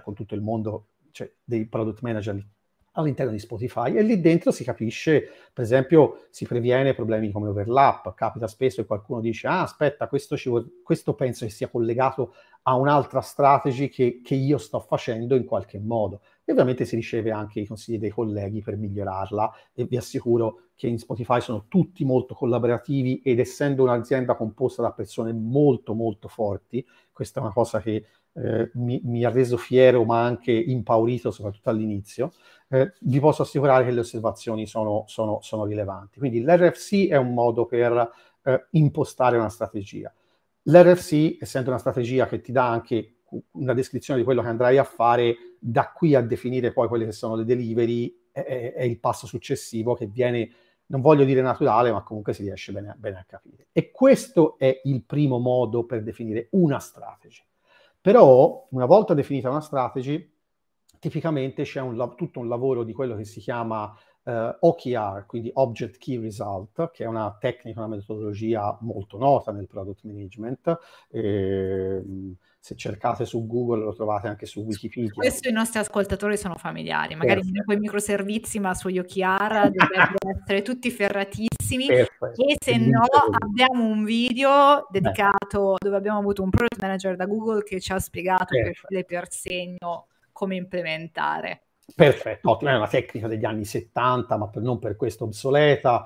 dei product manager all'interno di Spotify, e lì dentro si capisce, per esempio, si previene problemi come overlap. Capita spesso che qualcuno dice: ah, aspetta, questo penso che sia collegato a un'altra strategy che io sto facendo in qualche modo. E ovviamente si riceve anche i consigli dei colleghi per migliorarla, e vi assicuro che in Spotify sono tutti molto collaborativi, ed essendo un'azienda composta da persone molto molto forti, questa è una cosa che mi ha reso fiero ma anche impaurito, soprattutto all'inizio. Vi posso assicurare che le osservazioni sono rilevanti. Quindi l'RFC è un modo per impostare una strategia. L'RFC, essendo una strategia che ti dà anche una descrizione di quello che andrai a fare, da qui a definire poi quelle che sono le delivery, è il passo successivo, che viene, non voglio dire naturale, ma comunque si riesce bene a capire. E questo è il primo modo per definire una strategy. Però, una volta definita una strategy, tipicamente c'è tutto un lavoro di quello che si chiama OKR, quindi Object Key Result, che è una tecnica, una metodologia molto nota nel product management. Se cercate su Google lo trovate anche su Wikipedia. Questo i nostri ascoltatori sono familiari, magari non con i microservizi, ma sugli OKR dovrebbero essere tutti ferratissimi, bellissimi. Perfetto, E se no, abbiamo un video dedicato dove abbiamo avuto un product manager da Google che ci ha spiegato filo per segno come implementare. Perfetto, ottimo, è una tecnica degli anni 70, ma non per questo obsoleta,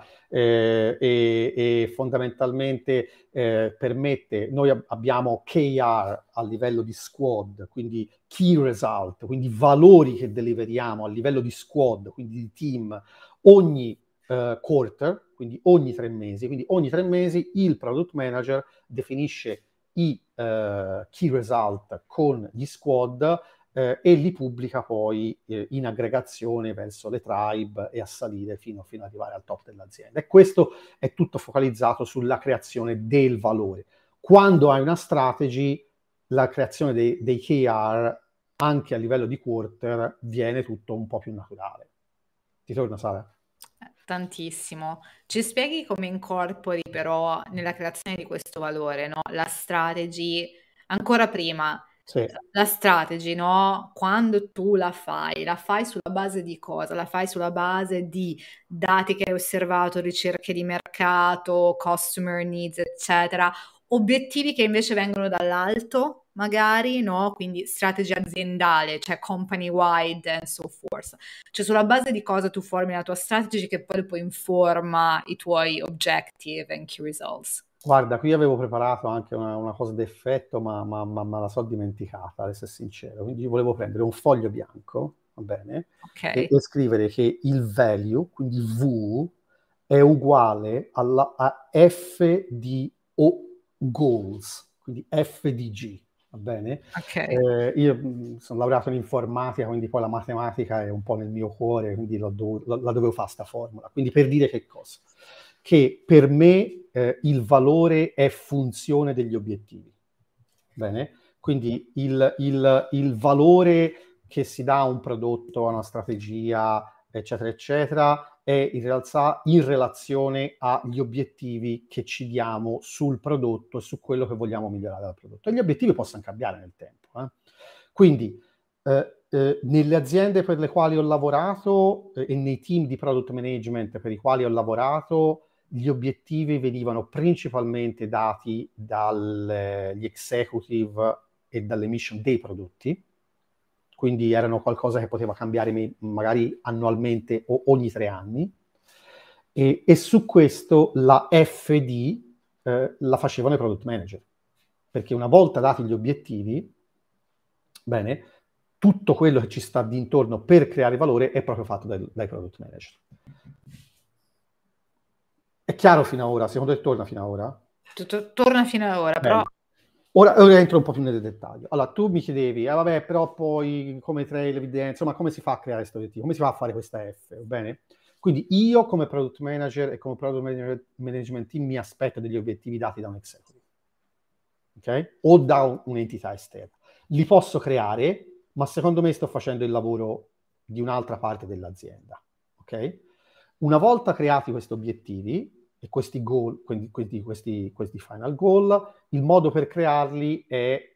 e fondamentalmente permette, noi abbiamo KR a livello di squad, quindi key result, quindi valori che deliveriamo a livello di squad, quindi di team, ogni quarter, quindi ogni 3 mesi. Quindi ogni 3 mesi il product manager definisce i key result con gli squad e li pubblica poi in aggregazione verso le tribe e a salire fino ad arrivare al top dell'azienda. E questo è tutto focalizzato sulla creazione del valore. Quando hai una strategy, la creazione dei KR anche a livello di quarter viene tutto un po' più naturale. Ti torna, Sara? Tantissimo. Ci spieghi come incorpori però nella creazione di questo valore, no? La strategy, ancora prima, Sì. la strategy, no? Quando tu la fai sulla base di cosa? La fai sulla base di dati che hai osservato, ricerche di mercato, customer needs, eccetera, obiettivi che invece vengono dall'alto, magari, no? Quindi strategy aziendale, cioè company wide and so forth. Cioè sulla base di cosa tu formi la tua strategy che poi dopo informa i tuoi objective and key results. Guarda, qui avevo preparato anche una cosa d'effetto, ma la so dimenticata, ad essere sincero. Quindi volevo prendere un foglio bianco, va bene, Ok. e scrivere che il value, quindi V, è uguale a F di O goals, quindi F di G, va bene? Ok. Io sono laureato in informatica, quindi poi la matematica è un po' nel mio cuore, quindi la dovevo fare sta formula. Quindi per dire che cosa? Che per me il valore è funzione degli obiettivi. Bene? Quindi il valore che si dà a un prodotto, a una strategia, eccetera, eccetera, è in relazione agli obiettivi che ci diamo sul prodotto e su quello che vogliamo migliorare dal prodotto. E gli obiettivi possono cambiare nel tempo. Quindi, nelle aziende per le quali ho lavorato e nei team di product management per i quali ho lavorato, gli obiettivi venivano principalmente dati dagli executive e dalle mission dei prodotti, quindi erano qualcosa che poteva cambiare magari annualmente o ogni 3 anni, e su questo la FD la facevano i product manager, perché una volta dati gli obiettivi, bene, tutto quello che ci sta d'intorno per creare valore è proprio fatto dai product manager. È chiaro fino ad ora? Secondo te torna fino ad ora? Torna fino ad ora, però... Ora entro un po' più nel dettaglio. Allora, tu mi chiedevi, vabbè, però poi come trail, l'evidenza, insomma, come si fa a creare questo obiettivo? Come si fa a fare questa F, va bene? Quindi io come product manager e come product management team mi aspetto degli obiettivi dati da un executive, ok? O da un'entità esterna. Li posso creare, ma secondo me sto facendo il lavoro di un'altra parte dell'azienda, ok? Una volta creati questi obiettivi e questi goal, quindi questi final goal, il modo per crearli è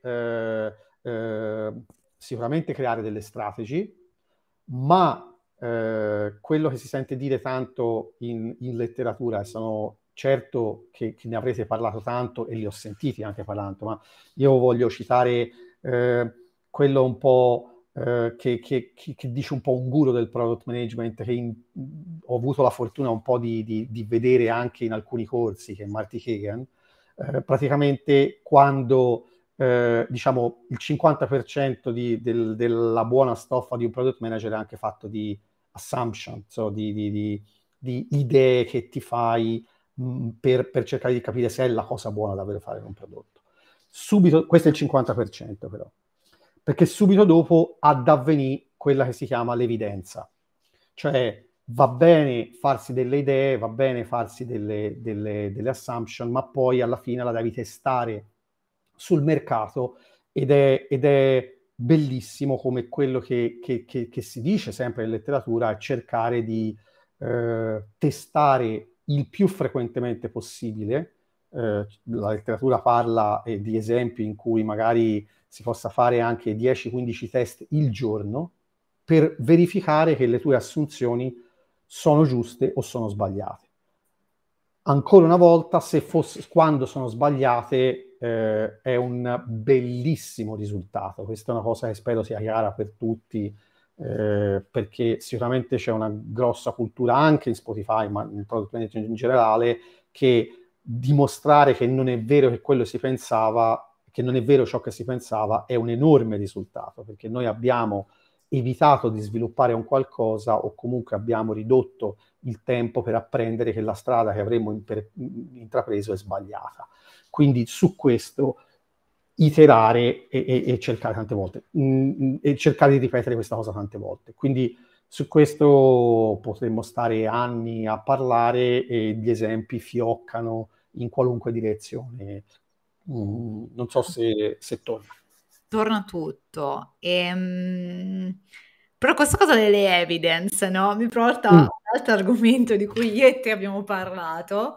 sicuramente creare delle strategy, ma quello che si sente dire tanto in letteratura, e sono certo che ne avrete parlato tanto e li ho sentiti anche parlando, ma io voglio citare quello un po' che dice un po' un guru del product management che ho avuto la fortuna un po' di vedere anche in alcuni corsi, che è Marty Kagan. Praticamente quando diciamo il 50% della buona stoffa di un product manager è anche fatto di assumption, di idee che ti fai per cercare di capire se è la cosa buona da fare in un prodotto. Subito, questo è il 50% però, perché subito dopo ha da avvenire quella che si chiama l'evidenza. Cioè va bene farsi delle idee, va bene farsi delle assumption, ma poi alla fine la devi testare sul mercato ed è bellissimo come quello che si dice sempre in letteratura è cercare di testare il più frequentemente possibile. La letteratura parla di esempi in cui magari si possa fare anche 10-15 test il giorno per verificare che le tue assunzioni sono giuste o sono sbagliate. ancora una volta, quando sono sbagliate, è un bellissimo risultato. Questa è una cosa che spero sia chiara per tutti, perché sicuramente c'è una grossa cultura anche in Spotify, ma nel product management in generale, che dimostrare che non è vero che quello si pensava, che non è vero ciò che si pensava, è un enorme risultato, perché noi abbiamo evitato di sviluppare un qualcosa o comunque abbiamo ridotto il tempo per apprendere che la strada che avremmo intrapreso è sbagliata. Quindi su questo iterare e cercare tante volte, e cercare di ripetere questa cosa tante volte. Quindi su questo potremmo stare anni a parlare e gli esempi fioccano in qualunque direzione. Non so se torna. Torna tutto. Però questa cosa delle evidence, no? Mi porta a Mm. un altro argomento di cui io e te abbiamo parlato,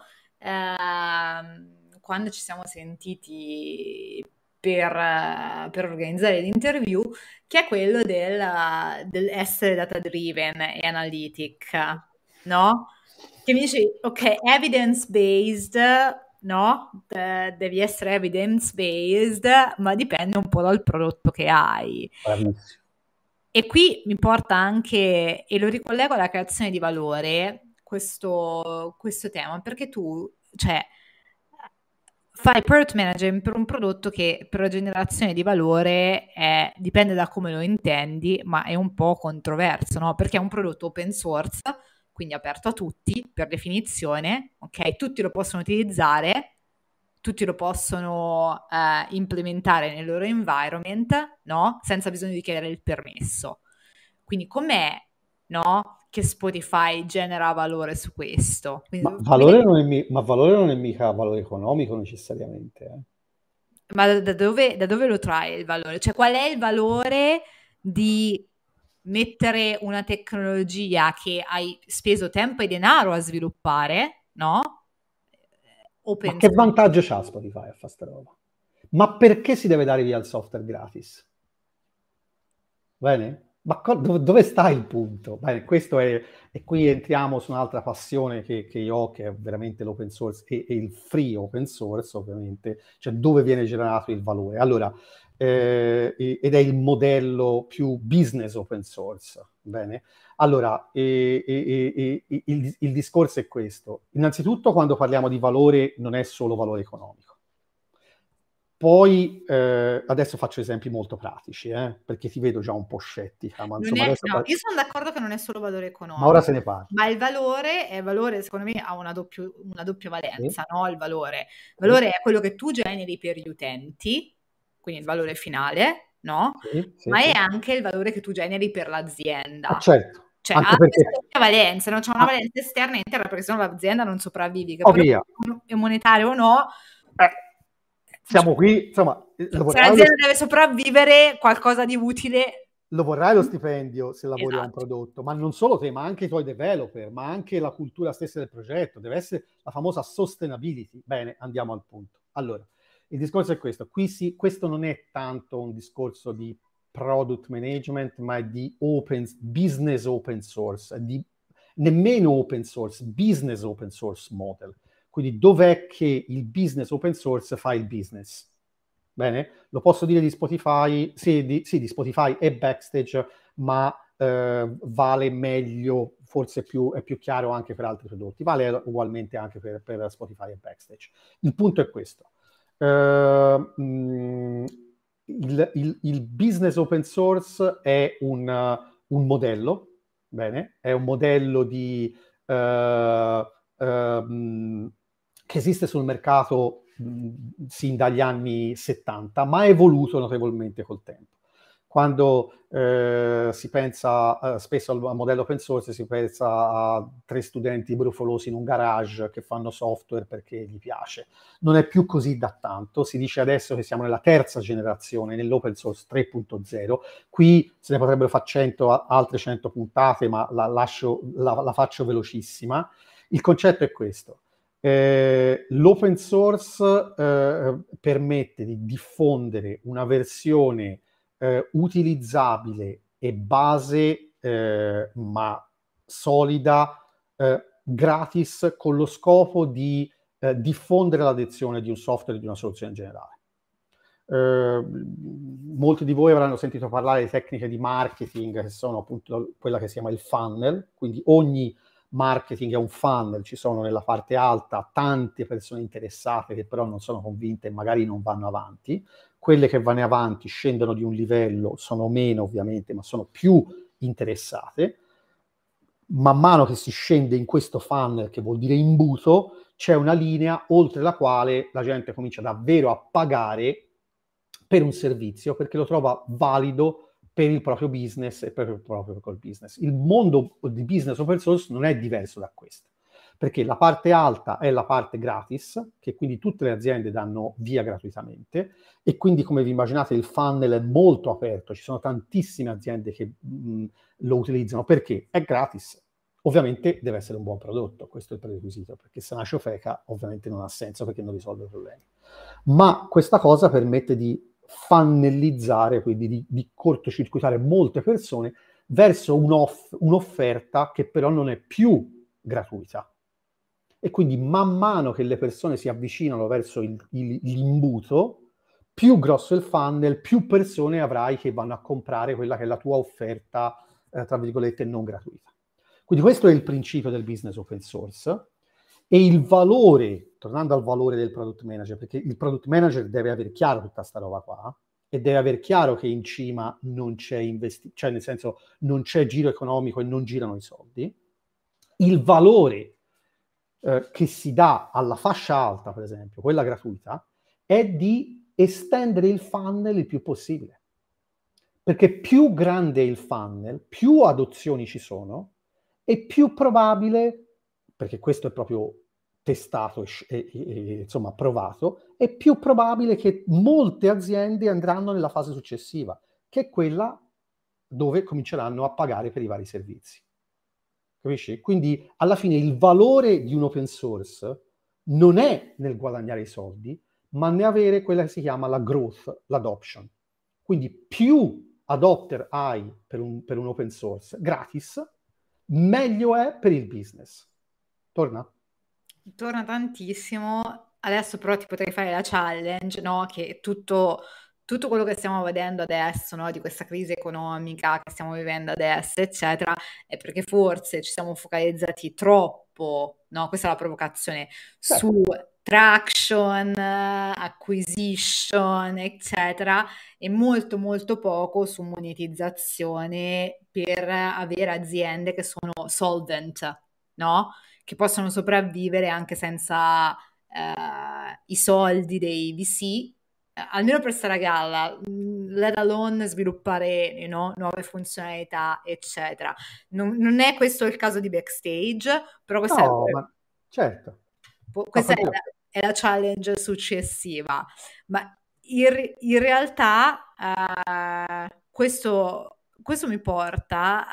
quando ci siamo sentiti per organizzare l'interview, che è quello dell'essere data driven e analytic, no? Che mi dici, ok, evidence based, no? Devi essere evidence based, ma dipende un po' dal prodotto che hai. Bravissimo. E qui mi porta anche, e lo ricollego alla creazione di valore, questo tema, perché tu, cioè, fai product management per un prodotto che per la generazione di valore dipende da come lo intendi, ma è un po' controverso, no? Perché è un prodotto open source, quindi aperto a tutti, per definizione, ok? Tutti lo possono utilizzare, tutti lo possono implementare nel loro environment, no? Senza bisogno di chiedere il permesso. Quindi com'è, no? Che Spotify genera valore su questo? Quindi, Ma valore non è mica valore economico necessariamente. ma da dove lo trae il valore? Cioè, qual è il valore di mettere una tecnologia che hai speso tempo e denaro a sviluppare, no? Ma Open che source. vantaggio c'ha Spotify a fare sta roba? Ma perché si deve dare via il software gratis? Bene? Ma dove sta il punto? Bene, questo è, e qui entriamo su un'altra passione che io ho, che è veramente l'open source e il free open source, ovviamente, cioè dove viene generato il valore. Allora, ed è il modello più business open source, bene? Allora, il discorso è questo. Innanzitutto, quando parliamo di valore, non è solo valore economico. Poi, adesso faccio esempi molto pratici, perché ti vedo già un po' scettica, ma insomma adesso... No, io sono d'accordo che non è solo valore Ma ora economico, se ne parla. ma il valore, secondo me, ha una doppia Sì, valenza, no? Il valore. Il sì, valore è quello che tu generi per gli utenti, quindi il valore finale, no? sì, sì, Ma è sì. anche il valore che tu generi per l'azienda. Certo, Cioè, anche ha questa perché... doppia valenza, non c'è una Ah, valenza esterna e interna, perché sennò l'azienda non sopravvivi, che ok, poi è monetario o no, eh, siamo qui, insomma, se l'azienda deve sopravvivere, qualcosa di utile. lo vorrai lo stipendio se lavori a un Esatto. prodotto, ma non solo te, ma anche i tuoi developer, ma anche la cultura stessa del progetto, deve essere la famosa sustainability. Bene, andiamo al punto. Allora, il discorso è questo. Questo non è tanto un discorso di product management, ma è di business open source, nemmeno open source, business open source model. Quindi dov'è che il business open source fa il business? Bene? Lo posso dire di Spotify, sì, di Spotify e Backstage, ma vale meglio, forse è più chiaro anche per altri prodotti, vale ugualmente anche per Spotify e Backstage. Il punto è questo. Il business open source è un modello, bene? È un modello che esiste sul mercato sin dagli anni 70, ma è evoluto notevolmente col tempo. Quando si pensa spesso al modello open source, si pensa a 3 studenti brufolosi in un garage che fanno software perché gli piace. Non è più così da tanto, si dice adesso che siamo nella terza generazione, nell'open source 3.0. Qui se ne potrebbero fare 100, altre 100 puntate, ma la faccio velocissima. Il concetto è questo. L'open source permette di diffondere una versione utilizzabile e base, ma solida, gratis con lo scopo di diffondere l'adozione di un software e di una soluzione in generale. Molti di voi avranno sentito parlare di tecniche di marketing che sono appunto quella che si chiama il funnel, quindi ogni marketing è un funnel, ci sono nella parte alta tante persone interessate che però non sono convinte e magari non vanno avanti, quelle che vanno avanti scendono di un livello, sono meno ovviamente, ma sono più interessate. Man mano che si scende in questo funnel, che vuol dire imbuto, c'è una linea oltre la quale la gente comincia davvero a pagare per un servizio perché lo trova valido per il proprio business e per il proprio col business. Il mondo di business open source non è diverso da questo, perché la parte alta è la parte gratis, che quindi tutte le aziende danno via gratuitamente, e quindi come vi immaginate il funnel è molto aperto, ci sono tantissime aziende che lo utilizzano perché è gratis. Ovviamente deve essere un buon prodotto, questo è il prerequisito, perché se è una ciofeca ovviamente non ha senso perché non risolve i problemi. Ma questa cosa permette di funnelizzare, quindi di cortocircuitare molte persone verso un'offerta che però non è più gratuita. E quindi man mano che le persone si avvicinano verso l'imbuto, più grosso è il funnel, più persone avrai che vanno a comprare quella che è la tua offerta, tra virgolette, non gratuita. Quindi questo è il principio del business open source. E il valore, tornando al valore del product manager, perché il product manager deve avere chiaro tutta sta roba qua, e deve aver chiaro che in cima non c'è cioè nel senso non c'è giro economico e non girano i soldi. Il valore che si dà alla fascia alta, per esempio, quella gratuita, è di estendere il funnel il più possibile. Perché più grande è il funnel, più adozioni ci sono, e più probabile, perché questo è proprio testato e insomma provato, è più probabile che molte aziende andranno nella fase successiva, che è quella dove cominceranno a pagare per i vari servizi. Capisci? Quindi alla fine il valore di un open source non è nel guadagnare i soldi, ma nell'avere quella che si chiama la growth, l'adoption. Quindi più adopter hai per un open source gratis, meglio è per il business. Torna? Torna tantissimo. Adesso però ti potrei fare la challenge, no? Che tutto quello che stiamo vedendo adesso, no? Di questa crisi economica che stiamo vivendo adesso, eccetera, è perché forse ci siamo focalizzati troppo, no? Questa è la provocazione, su traction, acquisition, eccetera, e molto molto poco su monetizzazione per avere aziende che sono solvent, no? Che possono sopravvivere anche senza i soldi dei VC, almeno per stare a galla, let alone sviluppare nuove funzionalità, eccetera. Non è questo il caso di Backstage, però questa No, ma certo. questa è la challenge successiva. Ma in realtà questo mi porta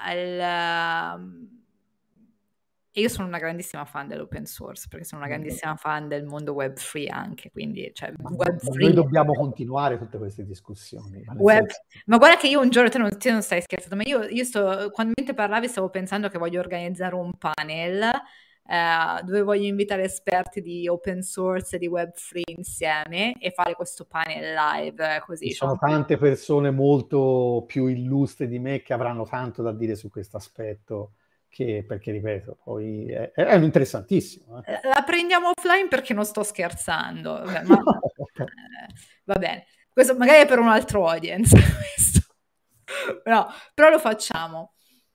e io sono una grandissima fan dell'open source, perché sono una grandissima fan del mondo web free anche, quindi cioè, web free. Noi dobbiamo continuare tutte queste discussioni. Ma guarda che io un giorno, te non stai scherzando, ma io quando mentre parlavi stavo pensando che voglio organizzare un panel dove voglio invitare esperti di open source e di web free insieme e fare questo panel live così. Ci sono tante persone molto più illustri di me che avranno tanto da dire su questo aspetto, perché ripeto, poi è interessantissimo. La prendiamo offline perché non sto scherzando. Vabbè, ma, va bene, questo magari è per un altro audience. Però lo facciamo.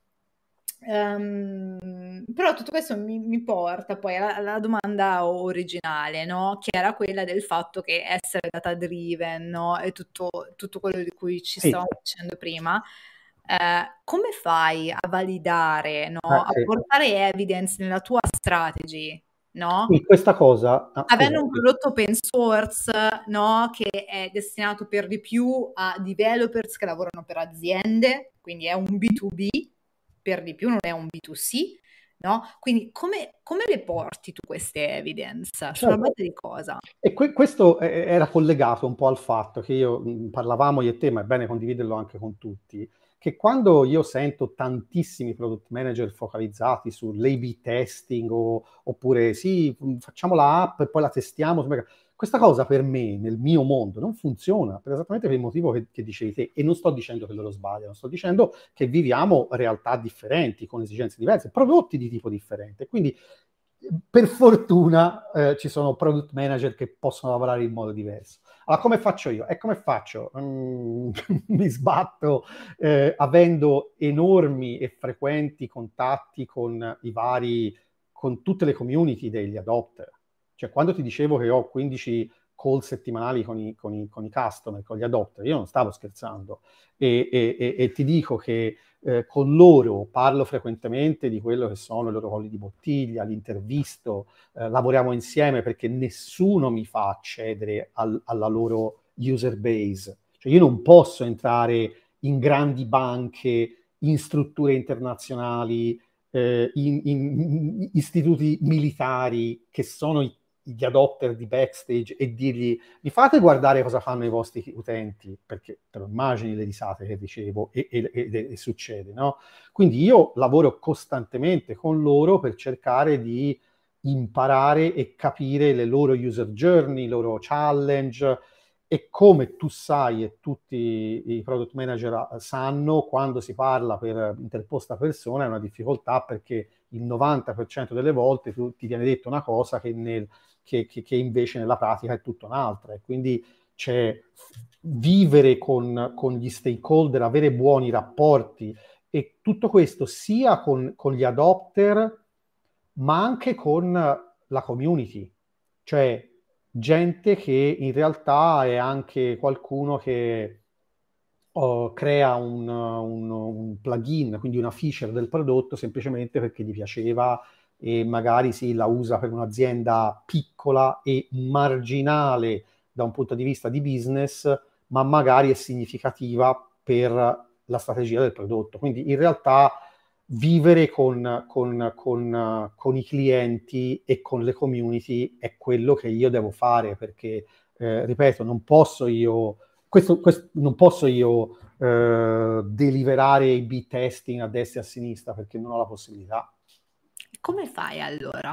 Però tutto questo mi porta poi alla domanda originale, no? Che era quella del fatto che essere data driven, no? E tutto quello di cui ci stavamo dicendo prima, come fai a validare, no? A portare evidence nella tua strategy, no? E questa cosa avendo un prodotto open source, no? Che è destinato per di più a developers che lavorano per aziende, quindi è un B2B per di più, non è un B2C, no? Quindi come le porti tu queste evidence? Sulla base di cosa? E questo era collegato un po' al fatto che parlavamo io e te, ma è bene condividerlo anche con tutti, che quando io sento tantissimi product manager focalizzati sull'A/B testing oppure sì, facciamo la app e poi la testiamo, questa cosa per me, nel mio mondo, non funziona, esattamente per il motivo che dicevi te, e non sto dicendo che loro sbagliano, sto dicendo che viviamo realtà differenti, con esigenze diverse, prodotti di tipo differente, quindi per fortuna ci sono product manager che possono lavorare in modo diverso. Allora, come faccio io? E come faccio? Mi sbatto avendo enormi e frequenti contatti con con tutte le community degli adopter. Cioè, quando ti dicevo che ho 15 call settimanali con i customer, con gli adopter, io non stavo scherzando. E ti dico che con loro parlo frequentemente di quello che sono i loro colli di bottiglia, li intervisto, lavoriamo insieme perché nessuno mi fa accedere alla loro user base. Cioè io non posso entrare in grandi banche, in strutture internazionali, in istituti militari che sono gli adopter di Backstage e dirgli mi fate guardare cosa fanno i vostri utenti, perché te lo immagini le risate che ricevo e succede, no? Quindi io lavoro costantemente con loro per cercare di imparare e capire le loro user journey, i loro challenge, e come tu sai e tutti i product manager sanno, quando si parla per interposta persona è una difficoltà perché il 90% delle volte ti viene detto una cosa che invece nella pratica è tutto un'altra. E quindi c'è vivere con gli stakeholder, avere buoni rapporti e tutto questo sia con gli adopter ma anche con la community, cioè gente che in realtà è anche qualcuno che crea un plugin, quindi una feature del prodotto semplicemente perché gli piaceva e magari sì, la usa per un'azienda piccola e marginale da un punto di vista di business, ma magari è significativa per la strategia del prodotto. Quindi in realtà vivere con i clienti e con le community è quello che io devo fare perché, ripeto, non posso io non posso io deliberare A/B testing a destra e a sinistra perché non ho la possibilità. Come fai allora?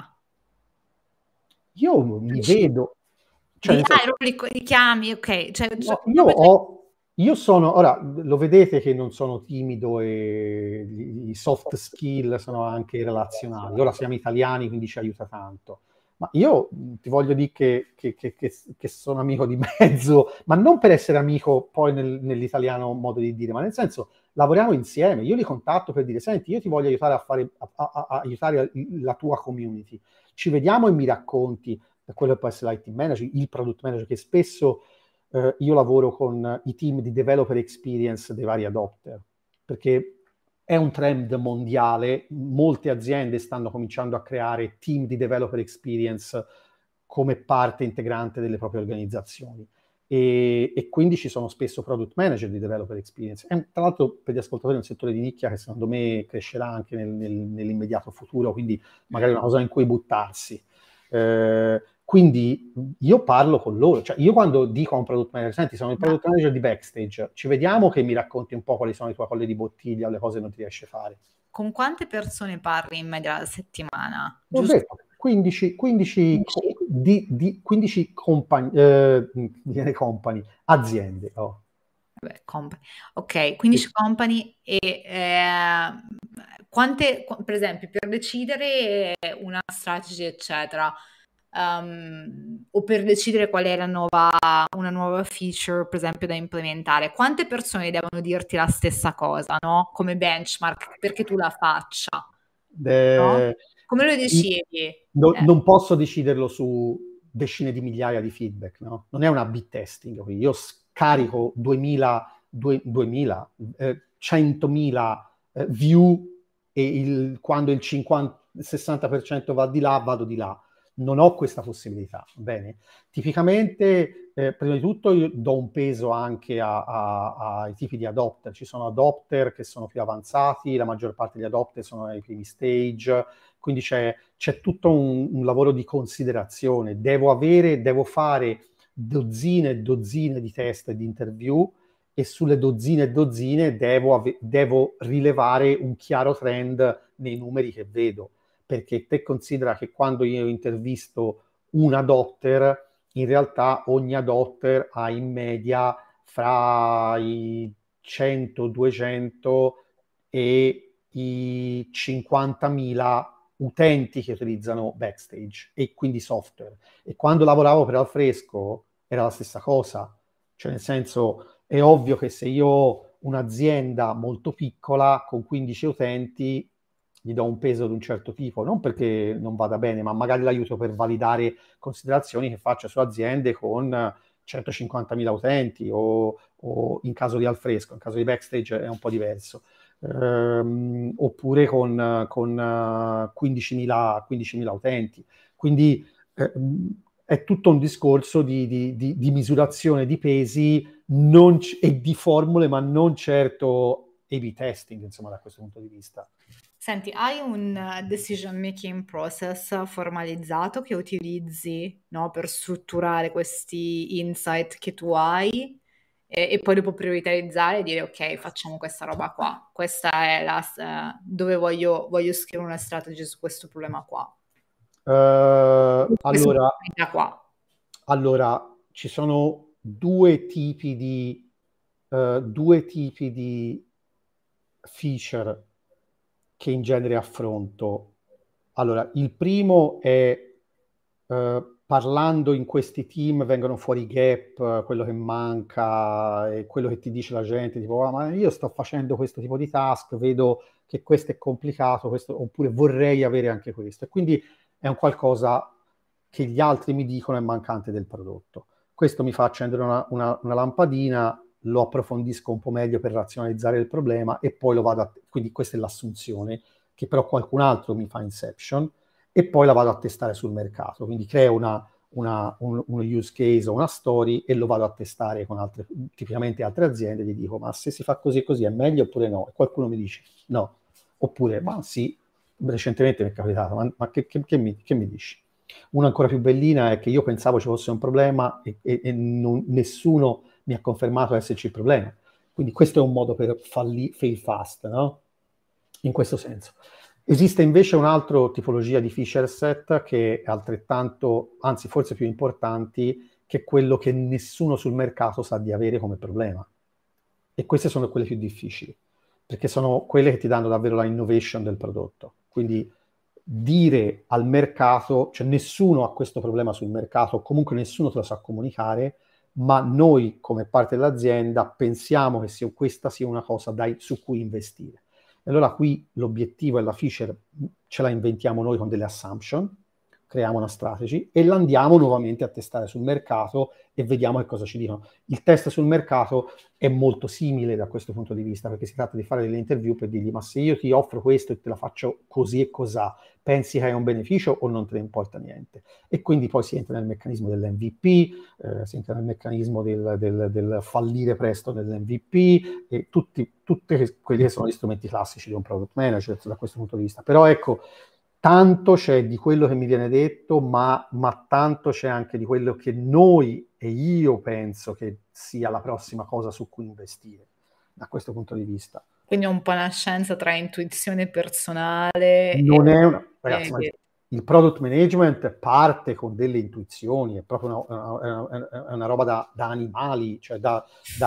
Io mi vedo, cioè nel senso, Li chiami, ok. no, Come fai? io sono, ora lo vedete che non sono timido e i soft skill sono anche relazionali. Ora siamo italiani, quindi ci aiuta tanto. Ma io ti voglio dire che sono amico di mezzo, ma non per essere amico poi nell'italiano modo di dire, ma nel senso lavoriamo insieme. Io li contatto per dire, senti, io ti voglio aiutare a aiutare la tua community. Ci vediamo e mi racconti quello che può essere l'IT manager, il product manager, che spesso io lavoro con i team di developer experience dei vari adopter, perché è un trend mondiale, molte aziende stanno cominciando a creare team di developer experience come parte integrante delle proprie organizzazioni. E quindi ci sono spesso product manager di developer experience. Tra l'altro per gli ascoltatori è un settore di nicchia che secondo me crescerà anche nell'immediato futuro, quindi magari è una cosa in cui buttarsi. Quindi io parlo con loro, cioè io quando dico a un product manager, senti, sono il product manager di Backstage, ci vediamo che mi racconti un po' quali sono i tuoi colli di bottiglia, le cose che non ti riesci a fare. Con quante persone parli in media alla settimana? Ho Giusto? detto 15, 15 compagni, viene company, aziende. Oh. Vabbè, ok, 15 company e per esempio, per decidere una strategy, eccetera, o per decidere qual è una nuova feature, per esempio, da implementare, quante persone devono dirti la stessa cosa, no? Come benchmark, perché tu la faccia, no? Come lo decidi? Non posso deciderlo su decine di migliaia di feedback, no? Non è una A/B testing, quindi io scarico 100.000 view e quando il 60% va di là, vado di là. Non ho questa possibilità, bene? Tipicamente, prima di tutto, io do un peso anche ai tipi di adopter. Ci sono adopter che sono più avanzati, la maggior parte degli adopter sono ai primi stage, quindi c'è tutto un lavoro di considerazione. Devo fare dozzine e dozzine di test e di interview e sulle dozzine e dozzine devo rilevare un chiaro trend nei numeri che vedo, perché te considera che quando io intervisto un adopter, in realtà ogni adopter ha in media fra i 100, 200 e i 50.000 utenti che utilizzano Backstage e quindi software. E quando lavoravo per Alfresco era la stessa cosa, cioè nel senso è ovvio che se io ho un'azienda molto piccola con 15 utenti gli do un peso di un certo tipo, non perché non vada bene, ma magari l'aiuto per validare considerazioni che faccio su aziende con 150.000 utenti o in caso di Alfresco, in caso di Backstage è un po' diverso. Oppure con 15.000 utenti. Quindi è tutto un discorso di misurazione di pesi e di formule, ma non certo A/B testing, insomma, da questo punto di vista. Senti, hai un decision making process formalizzato che utilizzi, no, per strutturare questi insight che tu hai e poi dopo prioritarizzare e dire ok, facciamo questa roba qua, questa è dove voglio scrivere una strategy su questo problema qua. Questa Allora, opportunità qua. allora, ci sono due tipi di feature che in genere affronto. Allora, il primo è parlando in questi team vengono fuori i gap, quello che manca e quello che ti dice la gente, tipo, "Ah, ma io sto facendo questo tipo di task, vedo che questo è complicato, oppure vorrei avere anche questo." E quindi è un qualcosa che gli altri mi dicono è mancante del prodotto. Questo mi fa accendere una lampadina, lo approfondisco un po' meglio per razionalizzare il problema e poi lo vado a... Quindi questa è l'assunzione, che però qualcun altro mi fa inception e poi la vado a testare sul mercato. Quindi creo uno use case o una story e lo vado a testare con tipicamente altre aziende, gli dico ma se si fa così e così è meglio oppure no? E qualcuno mi dice no, oppure ma sì, recentemente mi è capitato, ma che mi dici? Una ancora più bellina è che io pensavo ci fosse un problema e nessuno mi ha confermato esserci il problema. Quindi questo è un modo per fail fast, no? In questo senso. Esiste invece un'altra tipologia di feature set che è altrettanto, anzi forse più importanti, che è quello che nessuno sul mercato sa di avere come problema. E queste sono quelle più difficili, perché sono quelle che ti danno davvero la innovation del prodotto. Quindi dire al mercato, cioè nessuno ha questo problema sul mercato, comunque nessuno te lo sa comunicare, ma noi come parte dell'azienda pensiamo che questa sia una cosa su cui investire. E allora qui l'obiettivo è la feature, ce la inventiamo noi con delle assumption, creiamo una strategy e l'andiamo nuovamente a testare sul mercato e vediamo che cosa ci dicono. Il test sul mercato è molto simile da questo punto di vista, perché si tratta di fare delle interview per dirgli ma se io ti offro questo e te la faccio così e cosà, pensi che hai un beneficio o non te ne importa niente? E quindi poi si entra nel meccanismo dell'MVP, si entra nel meccanismo del fallire presto nell'MVP e tutti quelli che sono gli strumenti classici di un product manager da questo punto di vista. Però ecco, tanto c'è di quello che mi viene detto, ma tanto c'è anche di quello che noi e io penso che sia la prossima cosa su cui investire, da questo punto di vista. Quindi è un po' una scienza tra intuizione personale Non è una... e- Ragazzi, ma il product management parte con delle intuizioni, è proprio è una roba da animali, cioè da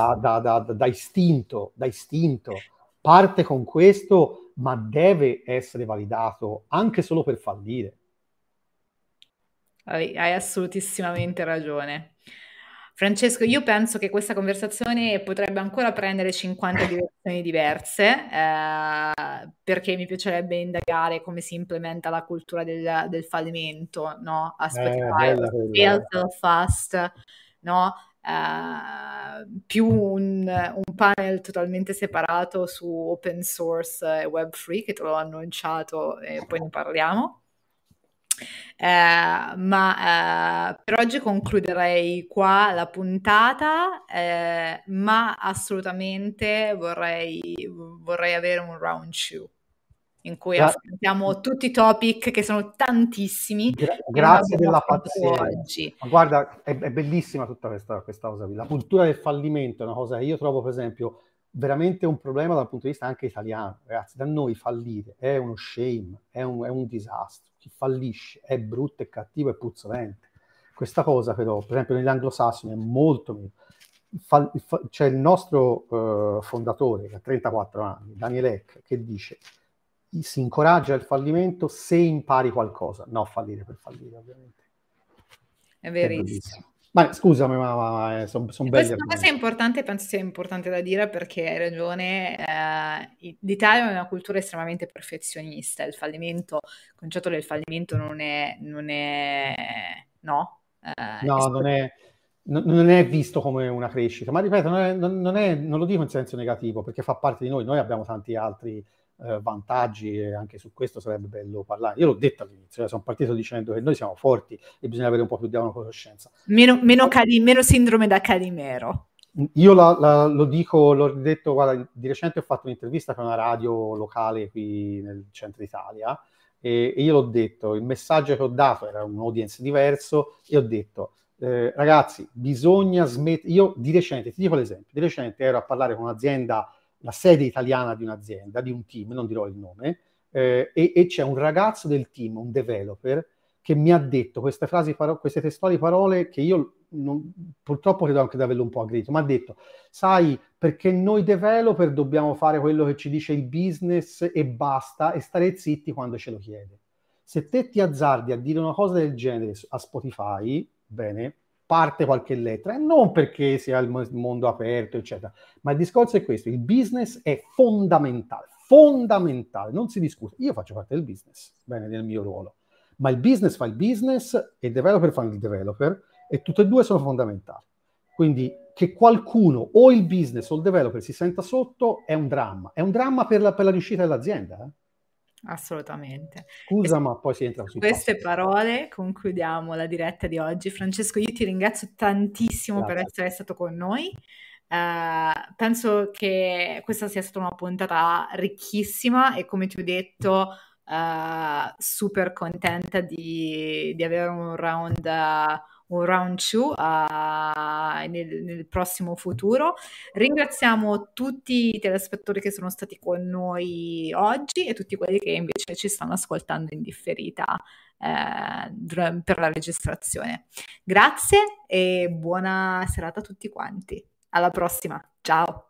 istinto, parte con questo, ma deve essere validato anche solo per fallire. Hai assolutissimamente ragione. Francesco, io penso che questa conversazione potrebbe ancora prendere 50 direzioni diverse, perché mi piacerebbe indagare come si implementa la cultura del fallimento, no? A Spotify, Bella fail, quella. fail fast, no? Più un panel totalmente separato su open source e web free, che te l'ho annunciato e poi ne parliamo. Ma per oggi concluderei qua la puntata, ma assolutamente vorrei avere un round two. in cui Gra- affrontiamo tutti i topic che sono tantissimi che non grazie abbiamo della affrontato pazienza. oggi. Ma guarda, è bellissima tutta questa cosa qui. La cultura del fallimento è una cosa che io trovo, per esempio, veramente un problema dal punto di vista anche italiano. Ragazzi, da noi fallire è uno shame, è un disastro. Chi fallisce è brutto, è cattivo, è puzzolente. Questa cosa però, per esempio, negli anglosassoni è molto meno. C'è il nostro fondatore che ha 34 anni, Daniel Ek, che dice: si incoraggia il fallimento se impari qualcosa, no fallire per fallire, ovviamente. È È verissimo. bellissimo. Ma scusami, ma sono belli Questa cosa è argomenti. importante, penso sia importante da dire perché hai ragione, l'Italia è una cultura estremamente perfezionista, il fallimento, il concetto del fallimento no, No, non è visto come una crescita, ma ripeto, non lo dico in senso negativo, perché fa parte di noi. Noi abbiamo tanti altri vantaggi e anche su questo sarebbe bello parlare. Io l'ho detto all'inizio, sono partito dicendo che noi siamo forti e bisogna avere un po' più di autoconoscenza. meno sindrome da Calimero. Io lo dico, l'ho detto, guarda, di recente ho fatto un'intervista con una radio locale qui nel centro Italia e io l'ho detto, il messaggio che ho dato era un audience diverso e ho detto, ragazzi, bisogna smettere. Io di recente, ti dico l'esempio, di recente ero a parlare con un'azienda, la sede italiana di un'azienda, di un team, non dirò il nome, e c'è un ragazzo del team, un developer, che mi ha detto queste queste testuali parole che io purtroppo credo anche di averlo un po' aggredito, mi ha detto: sai, perché noi developer dobbiamo fare quello che ci dice il business e basta, e stare zitti quando ce lo chiede. Se te ti azzardi a dire una cosa del genere a Spotify, bene, parte qualche lettera, e non perché sia il mondo aperto, eccetera, ma il discorso è questo: il business è fondamentale, non si discute. Io faccio parte del business, bene, nel mio ruolo, ma il business fa il business e il developer fa il developer, e tutte e due sono fondamentali. Quindi che qualcuno, o il business o il developer, si senta sotto è un dramma per la riuscita dell'azienda. Assolutamente. E Scusa, ma poi si entra su sui queste passi. parole concludiamo la diretta di oggi. Francesco, io ti ringrazio tantissimo per Grazie. essere stato con noi. Penso che questa sia stata una puntata ricchissima e, come ti ho detto, super contenta di avere un round 2 nel prossimo futuro. Ringraziamo tutti i telespettatori che sono stati con noi oggi e tutti quelli che invece ci stanno ascoltando in differita per la registrazione. Grazie e buona serata a tutti quanti. Alla prossima, ciao!